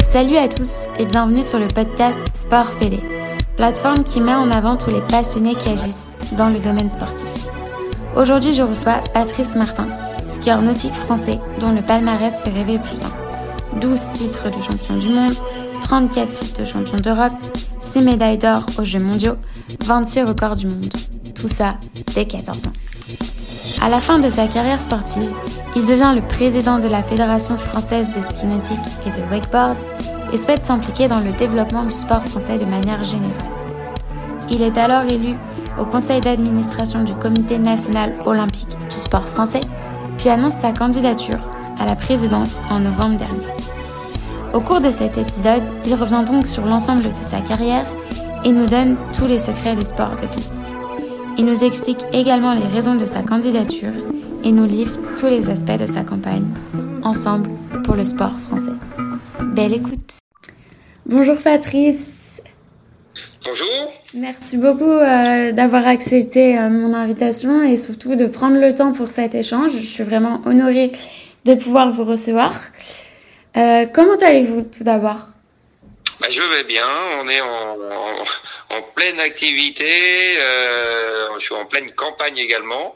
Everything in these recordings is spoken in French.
Salut à tous et bienvenue sur le podcast Sport Fédé, plateforme qui met en avant tous les passionnés qui agissent dans le domaine sportif. Aujourd'hui, je reçois Patrice Martin, skieur nautique français dont le palmarès fait rêver plus d'un. 12 titres de champion du monde, 34 titres de champion d'Europe, 6 médailles d'or aux Jeux mondiaux, 26 records du monde. Tout ça dès 14 ans. À la fin de sa carrière sportive, il devient le président de la Fédération française de ski nautique et de wakeboard et souhaite s'impliquer dans le développement du sport français de manière générale. Il est alors élu au conseil d'administration du Comité national olympique du sport français, puis annonce sa candidature à la présidence en novembre dernier. Au cours de cet épisode, il revient donc sur l'ensemble de sa carrière et nous donne tous les secrets des sports de glisse. Il nous explique également les raisons de sa candidature et nous livre tous les aspects de sa campagne, ensemble pour le sport français. Belle écoute. Bonjour Patrice. Bonjour. Merci beaucoup d'avoir accepté mon invitation et surtout de prendre le temps pour cet échange. Je suis vraiment honorée de pouvoir vous recevoir. Comment allez-vous tout d'abord ? Je vais bien, on est en pleine activité, je suis en pleine campagne également,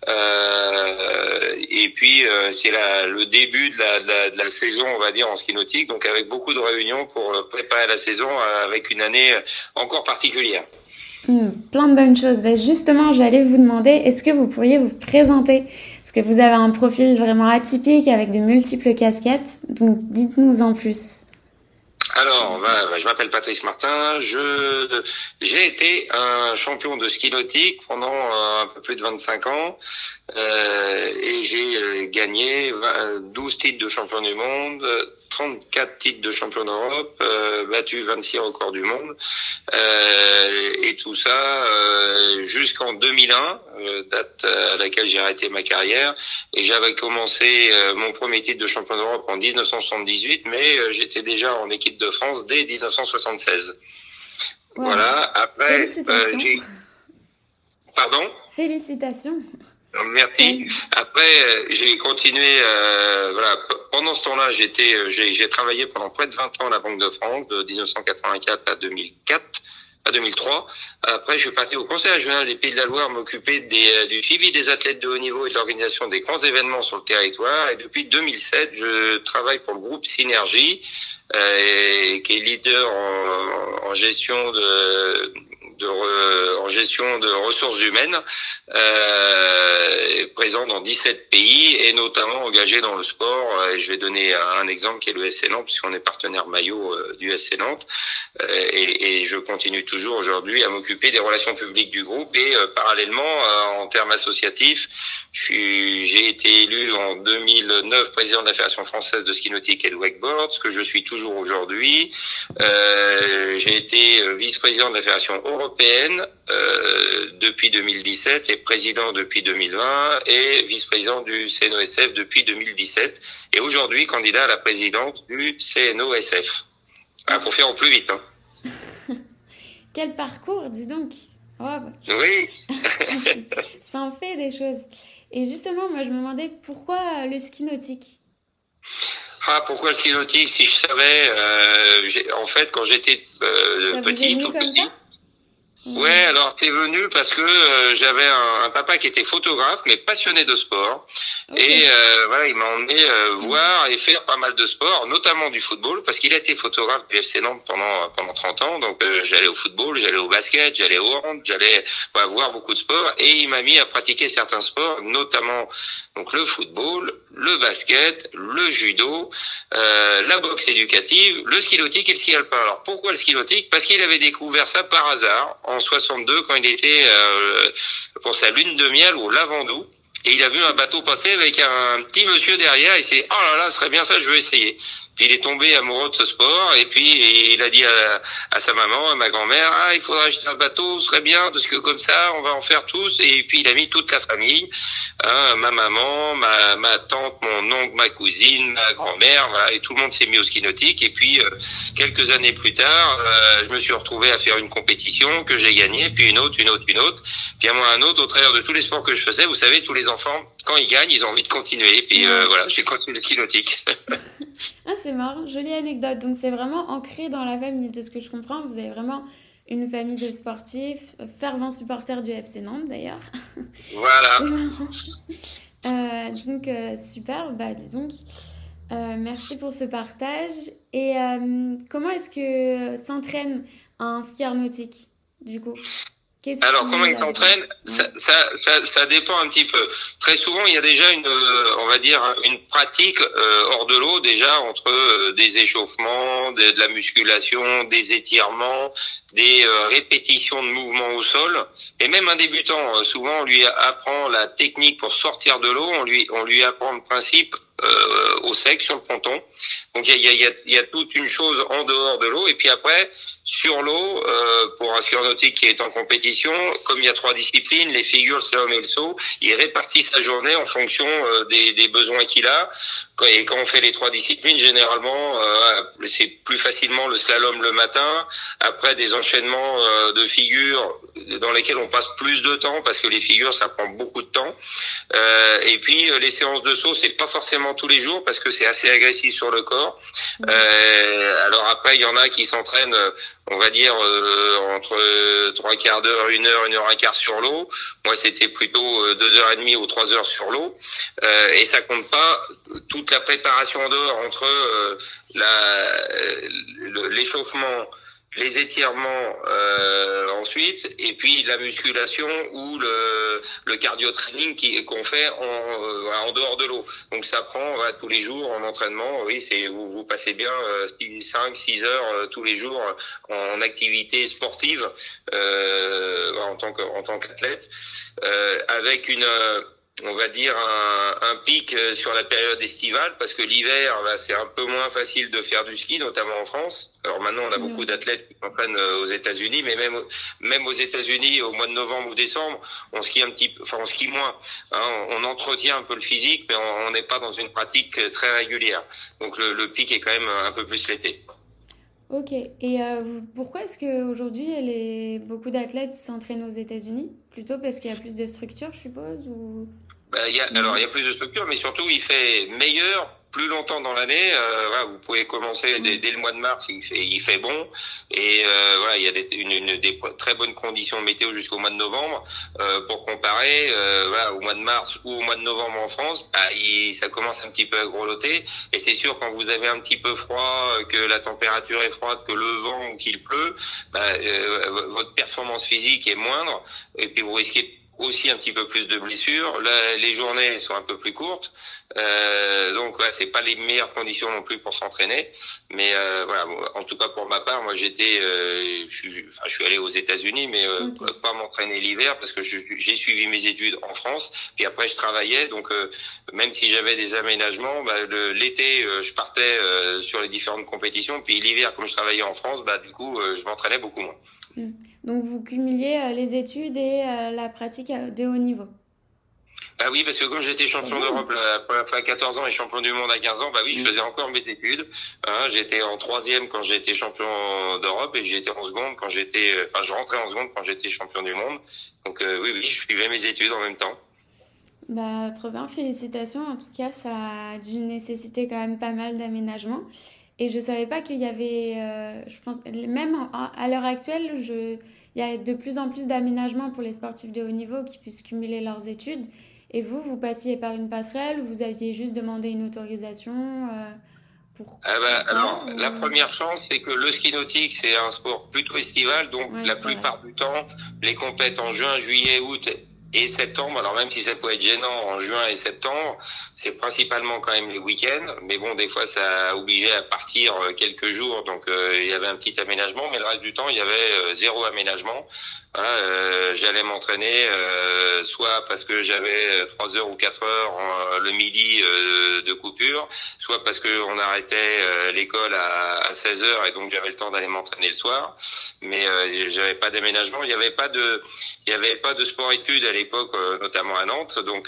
et puis c'est le début de la saison, on va dire, en ski nautique, donc avec beaucoup de réunions pour préparer la saison avec une année encore particulière. Plein de bonnes choses. Justement, j'allais vous demander, est-ce que vous pourriez vous présenter ? Parce que vous avez un profil vraiment atypique avec de multiples casquettes, donc dites-nous en plus. Alors, je m'appelle Patrice Martin, j'ai été un champion de ski nautique pendant un peu plus de 25 ans et j'ai gagné 12 titres de champion du monde, 34 titres de champion d'Europe, battu 26 records du monde et tout ça jusqu'en 2001, date à laquelle j'ai arrêté ma carrière, et j'avais commencé mon premier titre de champion d'Europe en 1978, mais j'étais déjà en équipe de France dès 1976. Wow. Voilà, après Pardon ? Félicitations. Merci. Après, j'ai continué. Pendant ce temps-là, j'ai travaillé pendant près de 20 ans à la Banque de France, de 1984 à 2003. Après, je suis parti au Conseil régional des Pays de la Loire m'occuper du suivi des athlètes de haut niveau et de l'organisation des grands événements sur le territoire. Et depuis 2007, je travaille pour le groupe Synergie, qui est leader en gestion de ressources humaines, présent dans 17 pays et notamment engagé dans le sport. Et je vais donner un exemple qui est le SC Nantes, puisqu'on est partenaire maillot du SC Nantes. Et je continue toujours aujourd'hui à m'occuper des relations publiques du groupe et parallèlement, en termes associatifs, j'ai été élu en 2009 président de la Fédération française de ski nautique et de wakeboard, ce que je suis toujours aujourd'hui. J'ai été vice-président de la Fédération européenne depuis 2017 et président depuis 2020 et vice-président du CNOSF depuis 2017 et aujourd'hui candidat à la présidence du CNOSF. Pour faire au plus vite. Quel parcours, dis donc. Oh. Oui. Ça en fait des choses. Et justement, moi je me demandais pourquoi le ski nautique ? Pourquoi le ski nautique ? Si je savais, en fait, quand j'étais petit, tout petit. Ça ? Ouais, alors c'est venu parce que j'avais un papa qui était photographe mais passionné de sport. Okay. Et il m'a emmené voir et faire pas mal de sport, notamment du football, parce qu'il a été photographe du FC Nantes pendant 30 ans. Donc j'allais au football, j'allais au basket, j'allais au hand, j'allais voir beaucoup de sports, et il m'a mis à pratiquer certains sports, notamment donc le football, le basket, le judo, la boxe éducative, le ski nautique et le ski alpin. Alors pourquoi le ski nautique ? Parce qu'il avait découvert ça par hasard en 62 quand il était pour sa lune de miel au Lavandou. Et il a vu un bateau passer avec un petit monsieur derrière et il s'est dit « Oh là là, ce serait bien ça, je veux essayer ». Puis il est tombé amoureux de ce sport et puis il a dit à sa maman, à ma grand-mère, il faudrait acheter un bateau, ce serait bien parce que comme ça on va en faire tous. Et puis il a mis toute la famille, ma maman, ma tante, mon oncle, ma cousine, ma grand-mère, voilà, et tout le monde s'est mis au ski nautique. Et puis quelques années plus tard, je me suis retrouvé à faire une compétition que j'ai gagnée, puis une autre, puis à moi un autre. Au travers de tous les sports que je faisais, vous savez, tous les enfants, quand ils gagnent, ils ont envie de continuer. Et puis voilà, j'ai continué le ski nautique. c'est marrant, jolie anecdote. Donc c'est vraiment ancré dans la famille, de ce que je comprends. Vous avez vraiment une famille de sportifs, fervents supporters du FC Nantes d'ailleurs. Voilà. Donc super, bah dis donc. Merci pour ce partage. Et comment est-ce que s'entraîne un skieur nautique, du coup? Alors, comment il s'entraîne? Ça dépend un petit peu. Très souvent, il y a déjà on va dire, une pratique hors de l'eau, déjà, entre des échauffements, de la musculation, des étirements, des répétitions de mouvements au sol. Et même un débutant, souvent, on lui apprend la technique pour sortir de l'eau, on lui apprend le principe au sec, sur le ponton. Donc il y a toute une chose en dehors de l'eau, et puis après sur l'eau, pour un skieur nautique qui est en compétition, comme il y a 3 disciplines, les figures, le slalom et le saut, il répartit sa journée en fonction des besoins qu'il a. Et quand on fait les 3 disciplines, généralement c'est plus facilement le slalom le matin, après des enchaînements de figures dans lesquels on passe plus de temps, parce que les figures ça prend beaucoup de temps, et puis les séances de saut, c'est pas forcément tous les jours parce que c'est assez agressif sur le corps. Alors après il y en a qui s'entraînent, on va dire entre 3 quarts d'heure, 1 heure, 1 heure un quart sur l'eau. Moi c'était plutôt 2 heures et demie ou 3 heures sur l'eau, et ça compte pas toute la préparation en dehors, entre l'échauffement, les étirements ensuite, et puis la musculation ou le cardio training qu'on fait en dehors de l'eau. Donc ça prend tous les jours en entraînement. Oui, vous passez bien 5-6 heures tous les jours en activité sportive en tant qu'athlète, avec on va dire un pic sur la période estivale, parce que l'hiver, c'est un peu moins facile de faire du ski, notamment en France. Alors maintenant, on a beaucoup d'athlètes qui s'entraînent aux États-Unis, mais même aux États-Unis, au mois de novembre ou décembre, on skie on skie moins. Hein, on entretient un peu le physique, mais on n'est pas dans une pratique très régulière. Donc le pic est quand même un peu plus l'été. Ok. Et pourquoi est-ce qu'aujourd'hui, beaucoup d'athlètes s'entraînent aux États-Unis? Plutôt parce qu'il y a plus de structures, je suppose, ou... Alors il y a plus de structures, mais surtout il fait meilleur plus longtemps dans l'année. Vous pouvez commencer dès le mois de mars, il fait bon, et il y a des très bonnes conditions météo jusqu'au mois de novembre. Pour comparer, au mois de mars ou au mois de novembre en France, ça commence un petit peu à grelotter, et c'est sûr, quand vous avez un petit peu froid, que la température est froide, que le vent ou qu'il pleut, votre performance physique est moindre, et puis vous risquez aussi un petit peu plus de blessures. Là, les journées sont un peu plus courtes, donc c'est pas les meilleures conditions non plus pour s'entraîner. Mais en tout cas pour ma part, moi je suis allé aux États-Unis, mais pas m'entraîner l'hiver, parce que j'ai suivi mes études en France. Puis après je travaillais, donc même si j'avais des aménagements, l'été je partais sur les différentes compétitions. Puis l'hiver, comme je travaillais en France, du coup je m'entraînais beaucoup moins. Donc vous cumuliez les études et la pratique de haut niveau. Ah oui, parce que comme j'étais champion d'Europe la première fois à 14 ans et champion du monde à 15 ans, je faisais encore mes études. J'étais en 3e quand j'étais champion d'Europe, et j'étais en seconde je rentrais en seconde quand j'étais champion du monde. Donc oui, je suivais mes études en même temps. Trop bien, félicitations. En tout cas, ça a dû nécessiter quand même pas mal d'aménagements. Et je savais pas qu'il y avait, je pense, même à l'heure actuelle, il y a de plus en plus d'aménagements pour les sportifs de haut niveau qui puissent cumuler leurs études. Et vous passiez par une passerelle, ou vous aviez juste demandé une autorisation pour ça, alors, la première chance, c'est que le ski nautique, c'est un sport plutôt estival, donc la plupart du temps, les compètes en juin, juillet, août et septembre. Alors même si ça peut être gênant en juin et septembre, c'est principalement quand même les week-ends. Mais bon, des fois, ça a obligé à partir quelques jours, donc il y avait un petit aménagement. Mais le reste du temps, il y avait zéro aménagement. J'allais m'entraîner soit parce que j'avais 3 heures ou 4 heures le midi de coupure, soit parce que on arrêtait l'école à 16 heures, et donc j'avais le temps d'aller m'entraîner le soir. Mais j'avais pas d'aménagement, il y avait pas de sport-études à l'époque, notamment à Nantes. Donc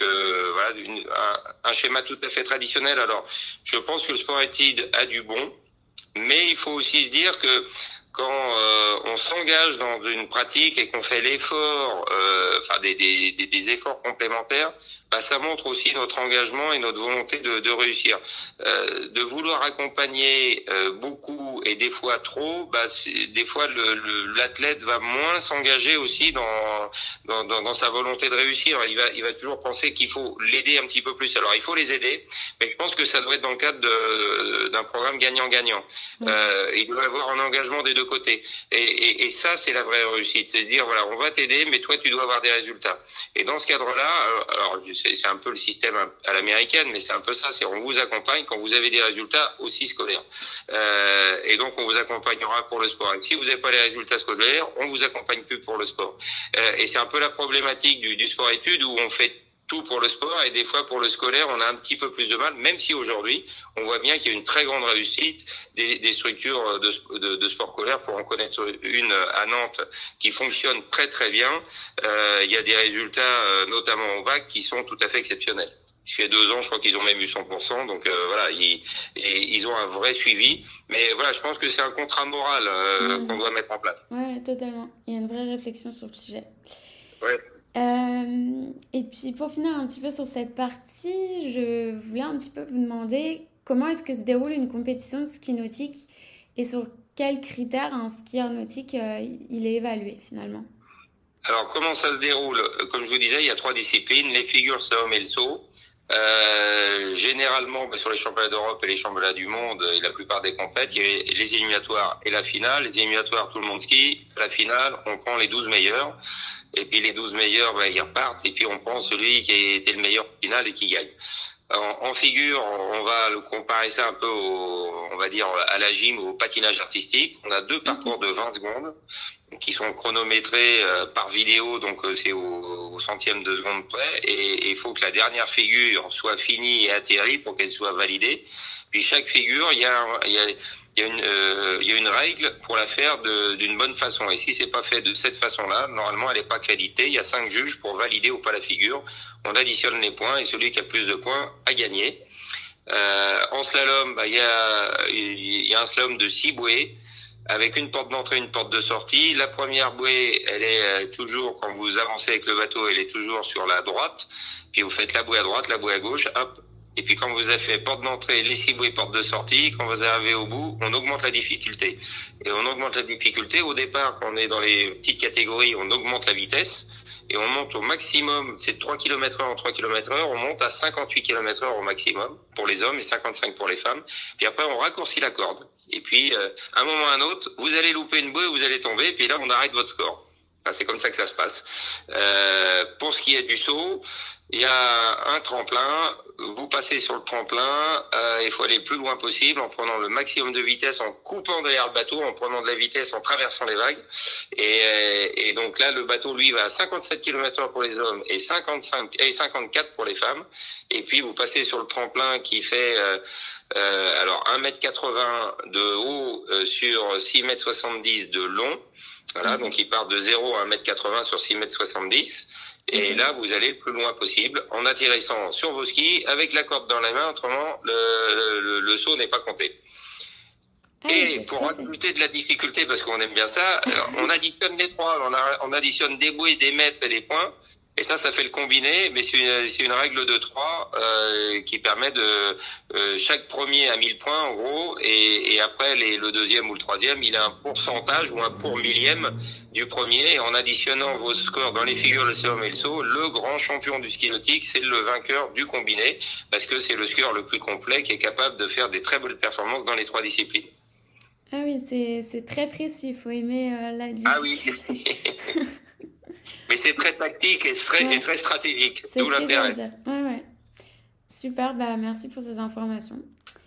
un schéma tout à fait traditionnel. Alors je pense que le sport-études a du bon, mais il faut aussi se dire que quand on s'engage dans une pratique et qu'on fait l'effort, des efforts complémentaires, ça montre aussi notre engagement et notre volonté de réussir. De vouloir accompagner beaucoup et des fois trop, des fois l'athlète va moins s'engager aussi dans sa volonté de réussir. Il va toujours penser qu'il faut l'aider un petit peu plus. Alors il faut les aider, mais je pense que ça doit être dans le cadre d'un programme gagnant-gagnant. Il doit y avoir un engagement des deux côtés. Et ça, c'est la vraie réussite. C'est de dire, voilà, on va t'aider, mais toi, tu dois avoir des résultats. Et dans ce cadre-là, alors c'est un peu le système à l'américaine, mais c'est un peu ça, c'est on vous accompagne quand vous avez des résultats aussi scolaires. Et donc, on vous accompagnera pour le sport. Et si vous n'avez pas les résultats scolaires, on vous accompagne plus pour le sport. Et c'est un peu la problématique du sport-études où on fait tout pour le sport et des fois pour le scolaire on a un petit peu plus de mal, même si aujourd'hui on voit bien qu'il y a une très grande réussite des structures de sport scolaire. Pour en connaître une à Nantes qui fonctionne très très bien, il y a des résultats notamment au bac qui sont tout à fait exceptionnels. Il y a 2 ans, je crois qu'ils ont même eu 100%, donc voilà, ils ont un vrai suivi. Mais voilà, je pense que c'est un contrat moral qu'on doit mettre en place. Ouais, totalement. Il y a une vraie réflexion sur le sujet. Ouais. Et puis pour finir un petit peu sur cette partie, je voulais un petit peu vous demander comment est-ce que se déroule une compétition de ski nautique et sur quels critères un skieur nautique il est évalué finalement. Alors comment ça se déroule? Comme je vous disais, il y a 3 disciplines, les figures, slalom et le saut. Généralement sur les championnats d'Europe et les championnats du monde et la plupart des compètes, il y a les éliminatoires et la finale. Les éliminatoires, tout le monde skie. La finale, on prend les 12 meilleurs. Et puis les 12 meilleurs, ils repartent. Et puis on prend celui qui a été le meilleur final et qui gagne. En figure, on va comparer ça un peu on va dire à la gym ou au patinage artistique. On a 2 parcours de 20 secondes qui sont chronométrés par vidéo, donc c'est au centième de seconde près. Et il faut que la dernière figure soit finie et atterrie pour qu'elle soit validée. Puis chaque figure, il y a une règle pour la faire d'une bonne façon. Et si c'est pas fait de cette façon-là, normalement, elle n'est pas créditée. Il y a 5 juges pour valider ou pas la figure. On additionne les points et celui qui a plus de points a gagné. En slalom, il y a un slalom de 6 bouées avec une porte d'entrée, une porte de sortie. La première bouée, elle est toujours, quand vous avancez avec le bateau, elle est toujours sur la droite. Puis vous faites la bouée à droite, la bouée à gauche, hop. Et puis quand vous avez fait porte d'entrée, les 6 bouées, porte de sortie, quand vous arrivez au bout, on augmente la difficulté. Et on augmente la difficulté. Au départ, quand on est dans les petites catégories, on augmente la vitesse. Et on monte au maximum, c'est 3 km/h en 3 km/h, on monte à 58 km/h au maximum pour les hommes et 55 pour les femmes. Puis après, on raccourcit la corde. Et puis, à un moment ou à un autre, vous allez louper une bouée, vous allez tomber, et puis là, on arrête votre score. Enfin, c'est comme ça que ça se passe. Pour ce qui est du saut, il y a un tremplin, vous passez sur le tremplin, il faut aller le plus loin possible en prenant le maximum de vitesse, en coupant derrière le bateau, en prenant de la vitesse, en traversant les vagues. Et donc là, le bateau, lui, va à 57 km/h pour les hommes et 54 pour les femmes. Et puis, vous passez sur le tremplin qui fait alors 1,80 m de haut sur 6,70 m de long. Voilà, donc il part de 0 à 1,80 m sur 6,70 m. Et là, vous allez le plus loin possible en atterrissant sur vos skis avec la corde dans la main. Autrement, le saut n'est pas compté. Et pour rajouter de la difficulté, parce qu'on aime bien ça, on additionne les 3. On additionne des bouées, des mètres et des points. Et ça fait le combiné, mais c'est une règle de 3 qui permet de chaque premier a 1000 points en gros, et après le deuxième ou le troisième, il a un pourcentage ou un pour millième du premier. Et en additionnant vos scores dans les figures, le slalom et le saut, le grand champion du ski nautique, c'est le vainqueur du combiné, parce que c'est le skieur le plus complet qui est capable de faire des très belles performances dans les 3 disciplines. Ah oui, c'est très précis, il faut aimer la difficulté. Ah oui. Mais c'est très tactique et très stratégique. C'est tout l'intérêt. Ouais. Super, merci pour ces informations.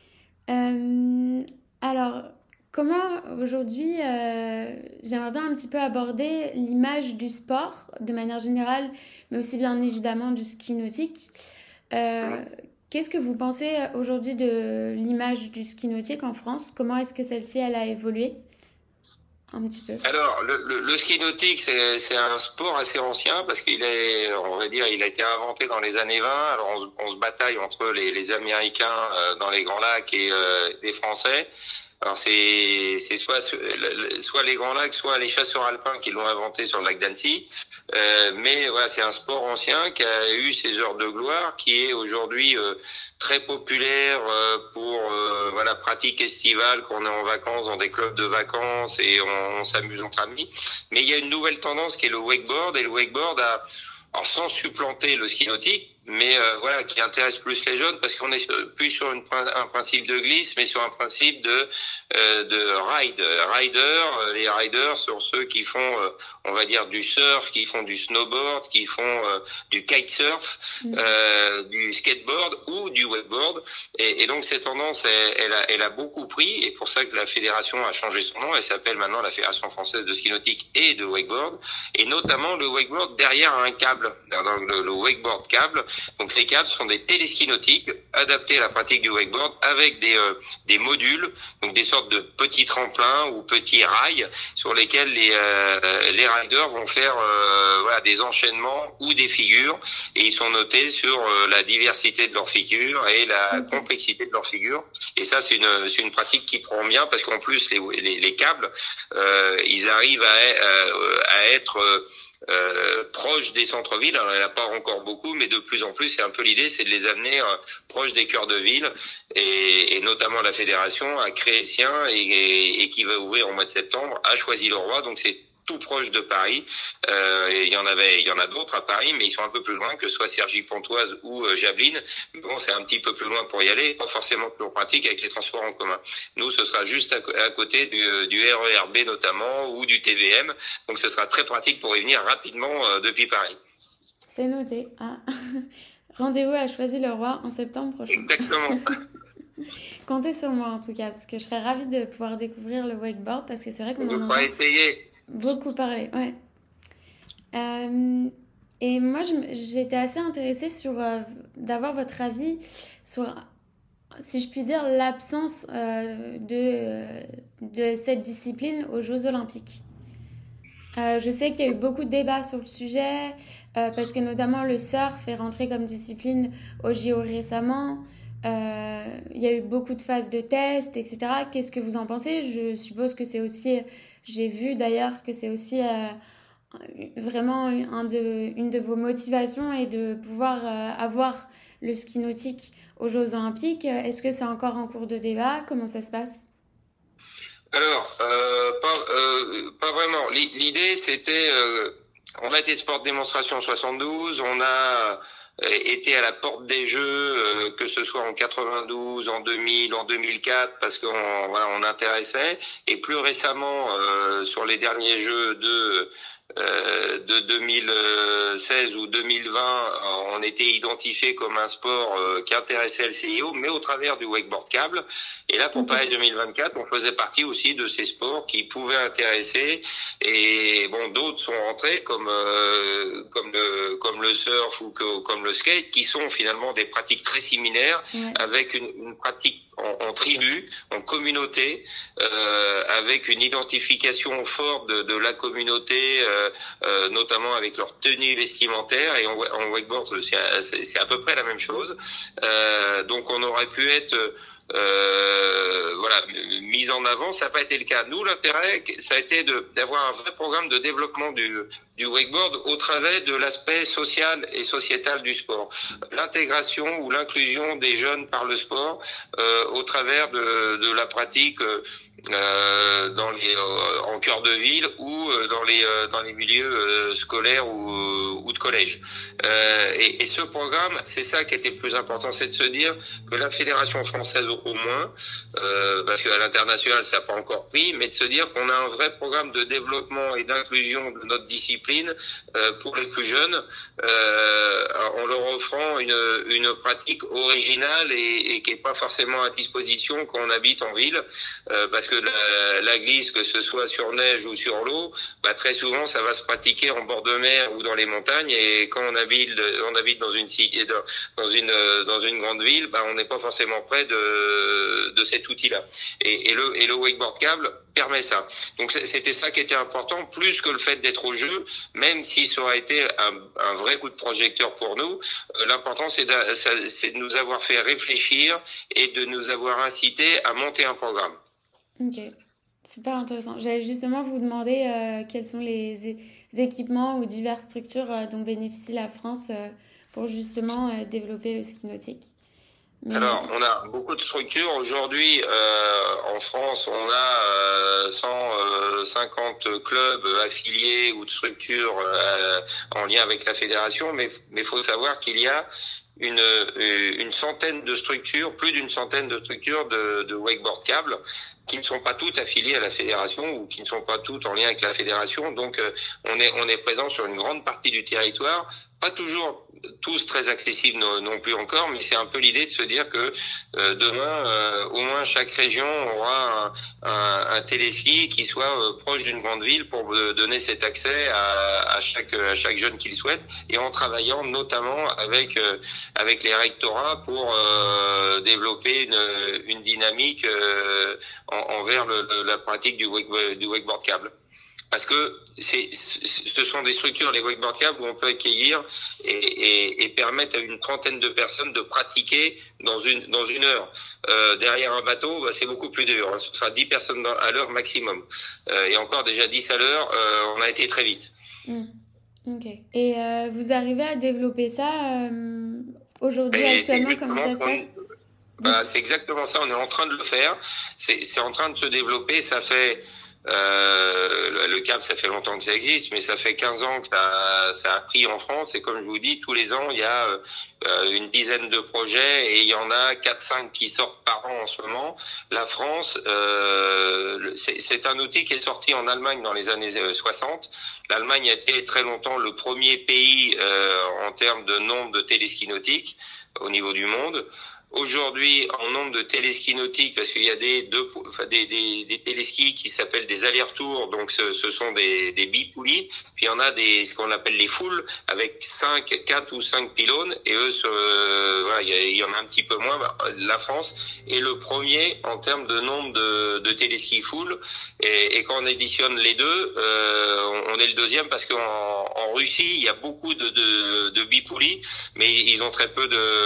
Alors, comment aujourd'hui, j'aimerais bien un petit peu aborder l'image du sport de manière générale, mais aussi bien évidemment du ski nautique. Qu'est-ce que vous pensez aujourd'hui de l'image du ski nautique en France? Comment est-ce que celle-ci elle a évolué? Un petit peu. Alors, le ski nautique, c'est un sport assez ancien parce qu'il a été inventé dans les années 20. Alors, on se bataille entre les Américains dans les Grands Lacs et les Français. Alors c'est soit les Grands Lacs, soit les chasseurs alpins qui l'ont inventé sur le lac d'Annecy. Mais voilà, c'est un sport ancien qui a eu ses heures de gloire, qui est aujourd'hui très populaire pour voilà, pratique estivale, quand on est en vacances dans des clubs de vacances et on s'amuse entre amis. Mais il y a une nouvelle tendance qui est le wakeboard, et le wakeboard a, alors sans supplanter le ski nautique, mais voilà, qui intéresse plus les jeunes, parce qu'on est plus sur un principe de glisse, mais sur un principe de les riders sont ceux qui font on va dire du surf, qui font du snowboard, qui font du kitesurf, du skateboard ou du wakeboard, et donc cette tendance elle a beaucoup pris, et pour ça que la fédération a changé son nom. Elle s'appelle maintenant la Fédération française de ski nautique et de wakeboard, et notamment le wakeboard derrière un câble, le wakeboard câble. Donc ces câbles sont des téléskis nautiques adaptés à la pratique du wakeboard, avec des modules, donc des sortes de petits tremplins ou petits rails sur lesquels les riders vont faire voilà, des enchaînements ou des figures, et ils sont notés sur la diversité de leurs figures et la complexité de leurs figures. Et ça c'est une pratique qui prend bien, parce qu'en plus les câbles ils arrivent à être proche des centres-villes. Alors, il n'y en a pas encore beaucoup, mais de plus en plus, c'est un peu l'idée, c'est de les amener proche des cœurs de ville, et notamment la fédération a créé le sien, et qui va ouvrir au mois de septembre à Choisy-le-Roi. Donc c'est tout proche de Paris. Il y en a d'autres à Paris, mais ils sont un peu plus loin, que ce soit Cergy-Pontoise ou Javeline. Bon, c'est un petit peu plus loin pour y aller, pas forcément toujours pratique avec les transports en commun. Nous, ce sera juste à côté du RER B notamment, ou du TVM. Donc ce sera très pratique pour y venir rapidement depuis Paris. C'est noté. Ah. Rendez-vous à Choisy-le-Roi en septembre prochain. Exactement. Comptez sur moi en tout cas, parce que je serais ravie de pouvoir découvrir le wakeboard, parce que c'est vrai qu'on en entend beaucoup parler. Ouais. Et moi, j'étais assez intéressée d'avoir votre avis sur, si je puis dire, l'absence de cette discipline aux Jeux Olympiques. Je sais qu'il y a eu beaucoup de débats sur le sujet, parce que notamment le surf est rentré comme discipline au JO récemment. Il y a eu beaucoup de phases de tests, etc. Qu'est-ce que vous en pensez ? Je suppose que c'est aussi, j'ai vu d'ailleurs que c'est aussi vraiment une de vos motivations, et de pouvoir avoir le ski nautique aux Jeux Olympiques. Est-ce que c'est encore en cours de débat ? Comment ça se passe ? Alors, pas vraiment. L'idée, c'était, on a été de sport de démonstration en 72, on a été à la porte des Jeux, que ce soit en 92, en 2000, en 2004, parce qu'on intéressait, et plus récemment sur les derniers Jeux de 2016 ou 2020, on était identifié comme un sport qui intéressait le CIO, mais au travers du wakeboard câble. Et là, pour Paris 2024, on faisait partie aussi de ces sports qui pouvaient intéresser. Et bon, d'autres sont rentrés comme le surf ou comme le skate, qui sont finalement des pratiques très similaires, avec une pratique en tribu, en communauté, avec une identification forte de la communauté, notamment avec leur tenue vestimentaire. Et en wakeboard, c'est à peu près la même chose. Donc on aurait pu être mise en avant. Ça n'a pas été le cas. Nous, l'intérêt, ça a été d'avoir un vrai programme de développement du wakeboard au travers de l'aspect social et sociétal du sport. L'intégration ou l'inclusion des jeunes par le sport au travers de la pratique en cœur de ville ou dans les milieux scolaires ou de collège. Et ce programme, c'est ça qui était le plus important, c'est de se dire que la fédération française au moins, parce qu'à l'international ça n'a pas encore pris, mais de se dire qu'on a un vrai programme de développement et d'inclusion de notre discipline pour les plus jeunes, en leur offrant une pratique originale et qui est pas forcément à disposition quand on habite en ville, parce que la glisse, que ce soit sur neige ou sur l'eau, très souvent ça va se pratiquer en bord de mer ou dans les montagnes, et quand on habite dans une grande ville, on n'est pas forcément près de cet outil-là. Et le wakeboard câble permet ça. Donc c'était ça qui était important, plus que le fait d'être au jeu, même si ça aurait été un vrai coup de projecteur pour nous. L'important c'est de nous avoir fait réfléchir et de nous avoir incité à monter un programme. Ok, super intéressant. J'allais justement vous demander quels sont les équipements ou diverses structures dont bénéficie la France pour justement développer le ski nautique. Mais... Alors, on a beaucoup de structures. Aujourd'hui, en France, on a 150 clubs affiliés ou de structures en lien avec la fédération, mais faut savoir qu'il y a une centaine de structures, plus d'une centaine de structures de wakeboard câble qui ne sont pas toutes affiliées à la fédération ou qui ne sont pas toutes en lien avec la fédération. Donc, on est présent sur une grande partie du territoire. Pas toujours tous très accessibles non plus encore, mais c'est un peu l'idée de se dire que demain, au moins chaque région aura un téléski qui soit proche d'une grande ville pour donner cet accès à chaque jeune qui le souhaite, et en travaillant notamment avec les rectorats pour développer une dynamique envers la pratique du wakeboard câble. Parce que ce sont des structures, les wakeboard câbles, où on peut accueillir et permettre à une trentaine de personnes de pratiquer dans une heure. Derrière un bateau, c'est beaucoup plus dur. Ce sera 10 personnes à l'heure maximum. Et encore déjà 10 à l'heure, on a été très vite. Ok. Et vous arrivez à développer ça aujourd'hui, actuellement, comment ça se passe? C'est exactement ça. On est en train de le faire. C'est en train de se développer. Ça fait le câble, ça fait longtemps que ça existe, mais ça fait 15 ans que ça a pris en France, et comme je vous dis, tous les ans il y a une dizaine de projets, et il y en a 4-5 qui sortent par an en ce moment. La France, c'est un outil qui est sorti en Allemagne dans les années 60. L'Allemagne a été très longtemps le premier pays en termes de nombre de téléskis nautiques au niveau du monde. Aujourd'hui, en nombre de téléskis nautiques, parce qu'il y a des téléskis qui s'appellent des allers-retours, donc ce sont des bipoulies, puis il y en a ce qu'on appelle les foules, avec 4 ou 5 pylônes, et eux, il y en a un petit peu moins. La France est le premier en termes de nombre de téléskis full, et quand on additionne les deux, on est le deuxième, parce qu'en Russie, il y a beaucoup de bipoulies, mais ils ont très peu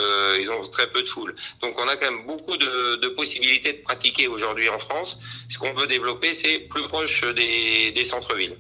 de foules. Donc on a quand même beaucoup de possibilités de pratiquer aujourd'hui en France. Ce qu'on veut développer, c'est plus proche des centres-villes.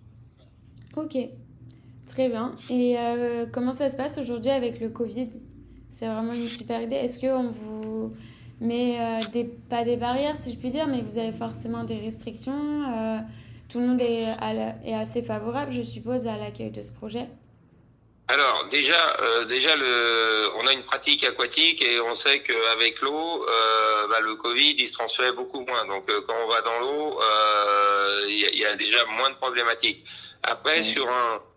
Ok, très bien. Et comment ça se passe aujourd'hui avec le Covid? C'est vraiment une super idée. Est-ce qu'on vous met pas des barrières, si je puis dire, mais vous avez forcément des restrictions? Tout le monde est assez favorable, je suppose, à l'accueil de ce projet? Alors déjà on a une pratique aquatique, et on sait qu'avec l'eau, le Covid il se transfère beaucoup moins. Donc quand on va dans l'eau, il y a déjà moins de problématiques. Après sur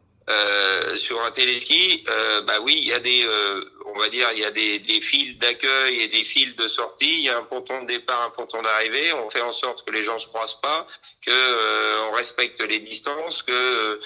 un téléski, oui, il y a il y a des fils d'accueil et des fils de sortie. Il y a un ponton de départ, un ponton d'arrivée. On fait en sorte que les gens se croisent pas, que on respecte les distances, que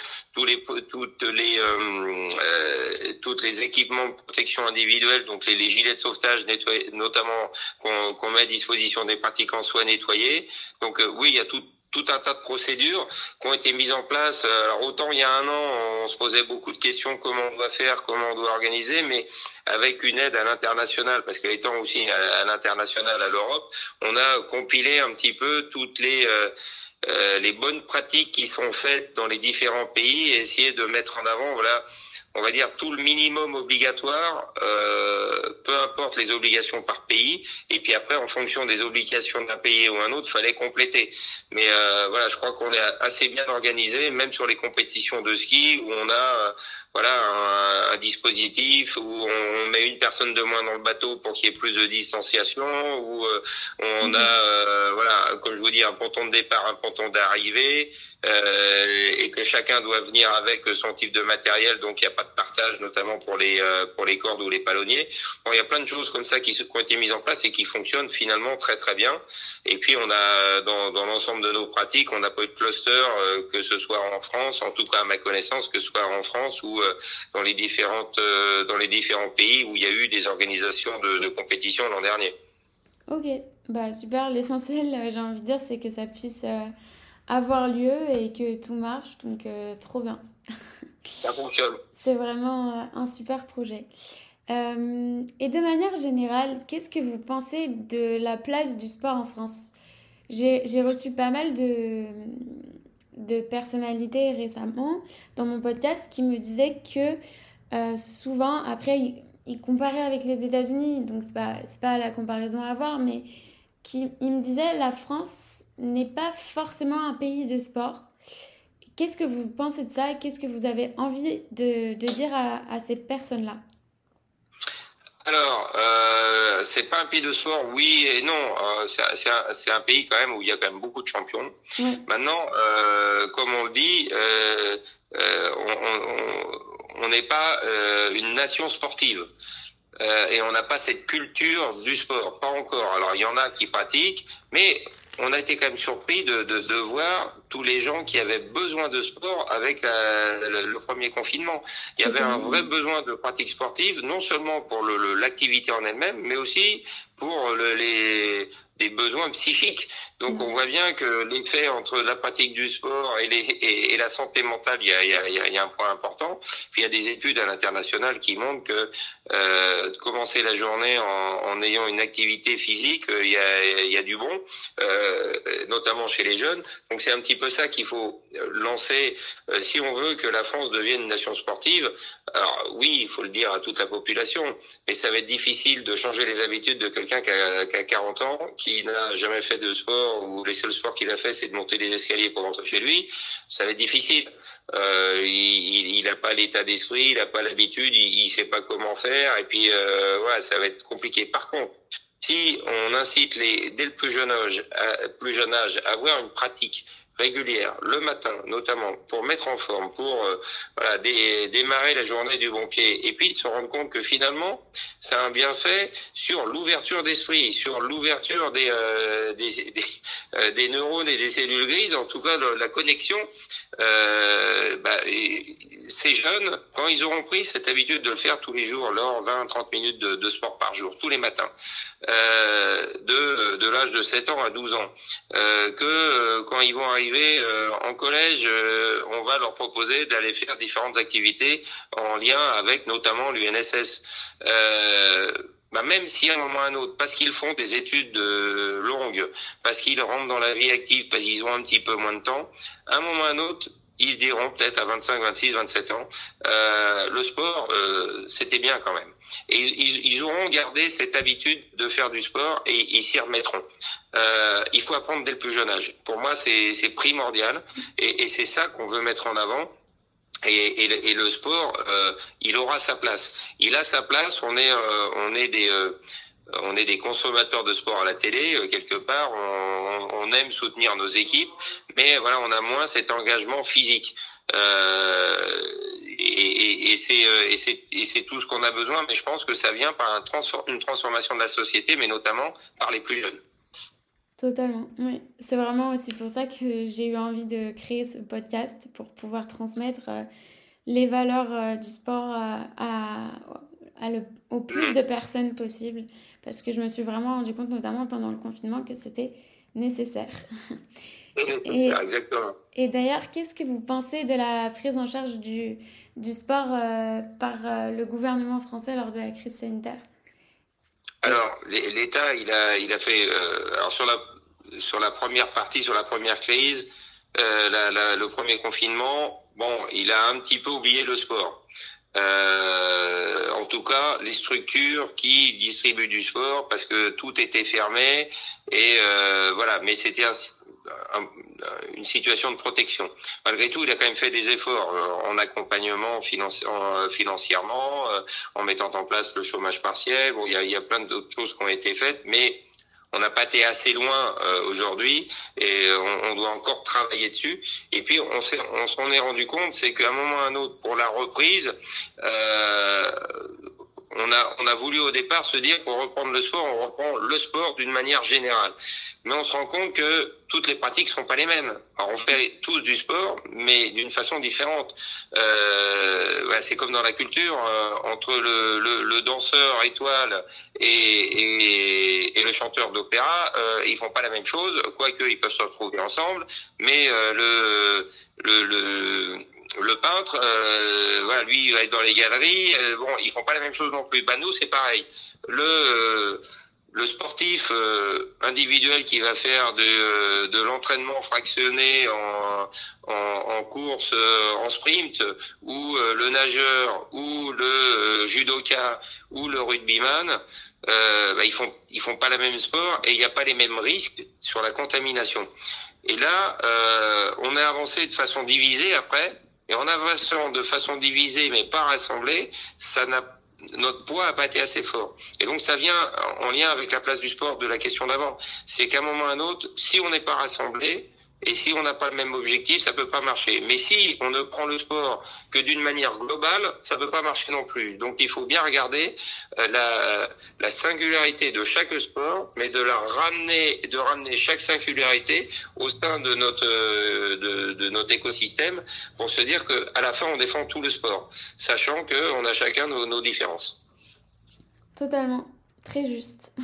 toutes les équipements de protection individuelle, donc les gilets de sauvetage nettoyés, notamment qu'on met à disposition des pratiquants, soient nettoyés. Donc oui, il y a tout un tas de procédures qui ont été mises en place. Alors autant il y a un an, on se posait beaucoup de questions, comment on doit faire, comment on doit organiser, mais avec une aide à l'international, parce qu'étant aussi à l'international, à l'Europe, on a compilé un petit peu toutes les bonnes pratiques qui sont faites dans les différents pays, et essayer de mettre en avant, on va dire tout le minimum obligatoire, peu importe les obligations par pays, et puis après en fonction des obligations d'un pays ou un autre, fallait compléter. Mais je crois qu'on est assez bien organisé, même sur les compétitions de ski, où on a un dispositif où on met une personne de moins dans le bateau pour qu'il y ait plus de distanciation, où on a comme je vous dis, un ponton de départ, un ponton d'arrivée, et que chacun doit venir avec son type de matériel, donc il n'y a pas de partage, notamment pour les cordes ou les palonniers. Bon, il y a plein de choses comme ça qui ont été mises en place et qui fonctionnent finalement très très bien. Et puis on a dans l'ensemble de nos pratiques, on n'a pas eu de cluster, que ce soit en France, en tout cas à ma connaissance, que ce soit en France ou dans les différents pays où il y a eu des organisations de compétition l'an dernier. Ok, super. L'essentiel, j'ai envie de dire, c'est que ça puisse avoir lieu et que tout marche, donc trop bien. Ça fonctionne. C'est vraiment un super projet. Et de manière générale, qu'est-ce que vous pensez de la place du sport en France? j'ai reçu pas mal de personnalités récemment dans mon podcast qui me disaient que souvent, après, ils comparaient avec les États-Unis, donc c'est pas la comparaison à avoir, mais ils me disaient la France n'est pas forcément un pays de sport. Qu'est-ce que vous pensez de ça? Qu'est-ce que vous avez envie de dire à ces personnes-là? Alors, c'est pas un pays de sport, oui et non. C'est un pays quand même où il y a quand même beaucoup de champions. Oui. Maintenant, comme on le dit, on n'est pas une nation sportive. Et on n'a pas cette culture du sport, pas encore. Alors il y en a qui pratiquent, mais on a été quand même surpris de voir tous les gens qui avaient besoin de sport avec le premier confinement. Il y avait un vrai besoin de pratique sportive, non seulement pour l'activité en elle-même, mais aussi pour des besoins psychiques. Donc on voit bien que l'effet entre la pratique du sport et la santé mentale, il y a un point important. Puis il y a des études à l'international qui montrent que commencer la journée en ayant une activité physique, il y a du bon, notamment chez les jeunes. Donc c'est un petit peu ça qu'il faut lancer si on veut que la France devienne une nation sportive. Alors oui, il faut le dire à toute la population, mais ça va être difficile de changer les habitudes de quelqu'un qui a 40 ans, qui n'a jamais fait de sport, ou les seuls sports qu'il a fait, c'est de monter les escaliers pour rentrer chez lui. Ça va être difficile. Il a pas l'état d'esprit, il a pas l'habitude, il sait pas comment faire, et puis voilà, ça va être compliqué. Par contre, si on incite dès le plus jeune âge à avoir une pratique régulière le matin, notamment pour mettre en forme, pour voilà, démarrer la journée du bon pied, et puis de se rendre compte que finalement ça a un bienfait sur l'ouverture d'esprit, sur l'ouverture des neurones et des cellules grises, en tout cas la connexion. Ces jeunes, quand ils auront pris cette habitude de le faire tous les jours, leurs 20-30 minutes de sport par jour, tous les matins, de l'âge de 7 ans à 12 ans, quand ils vont arriver en collège, on va leur proposer d'aller faire différentes activités en lien avec notamment l'UNSS. Même si à un moment ou à un autre, parce qu'ils font des études longues, parce qu'ils rentrent dans la vie active, parce qu'ils ont un petit peu moins de temps, à un moment ou à un autre, ils se diront peut-être à 25, 26, 27 ans, le sport, c'était bien quand même. Et ils auront gardé cette habitude de faire du sport et ils s'y remettront. Il faut apprendre dès le plus jeune âge. Pour moi, c'est primordial et c'est ça qu'on veut mettre en avant. Et le sport, il aura sa place. Il a sa place. On est des consommateurs de sport à la télé quelque part. On aime soutenir nos équipes, mais voilà, on a moins cet engagement physique. Et c'est tout ce qu'on a besoin. Mais je pense que ça vient par une transformation de la société, mais notamment par les plus jeunes. Totalement, oui. C'est vraiment aussi pour ça que j'ai eu envie de créer ce podcast pour pouvoir transmettre les valeurs du sport au plus de personnes possible. Parce que je me suis vraiment rendu compte, notamment pendant le confinement, que c'était nécessaire. Exactement. Et d'ailleurs, qu'est-ce que vous pensez de la prise en charge du sport par le gouvernement français lors de la crise sanitaire ? Alors, l'État, il a fait, alors sur la première partie, sur la première crise, le premier confinement, bon, il a un petit peu oublié le sport. En tout cas, les structures qui distribuent du sport, parce que tout était fermé et voilà. Mais c'était une situation de protection. Malgré tout, il a quand même fait des efforts en accompagnement financièrement, en mettant en place le chômage partiel. Bon, il y a plein d'autres choses qui ont été faites, mais on n'a pas été assez loin aujourd'hui et on doit encore travailler dessus. Et puis on s'en est rendu compte, c'est qu'à un moment ou à un autre, pour la reprise, on a voulu au départ se dire pour reprendre le sport, on reprend le sport d'une manière générale. Mais on se rend compte que toutes les pratiques sont pas les mêmes. Alors on fait tous du sport, mais d'une façon différente. C'est comme dans la culture, entre le danseur étoile et le chanteur d'opéra, ils font pas la même chose, quoique ils peuvent se retrouver ensemble. Mais le peintre, lui il va être dans les galeries. Ils font pas la même chose non plus. Nous c'est pareil. le sportif individuel qui va faire de l'entraînement fractionné en course, en sprint, ou le nageur, ou le judoka, ou le rugbyman, ils font pas la même sport et il n'y a pas les mêmes risques sur la contamination. Et là, on a avancé de façon divisée après, et en avançant de façon divisée mais pas rassemblée, notre poids a pas été assez fort. Et donc ça vient en lien avec la place du sport de la question d'avant. C'est qu'à un moment ou à un autre, si on n'est pas rassemblé, et si on n'a pas le même objectif, ça peut pas marcher. Mais si on ne prend le sport que d'une manière globale, ça peut pas marcher non plus. Donc il faut bien regarder la singularité de chaque sport, mais de ramener chaque singularité au sein de notre écosystème pour se dire que à la fin on défend tout le sport, sachant que on a chacun nos différences. Totalement, très juste.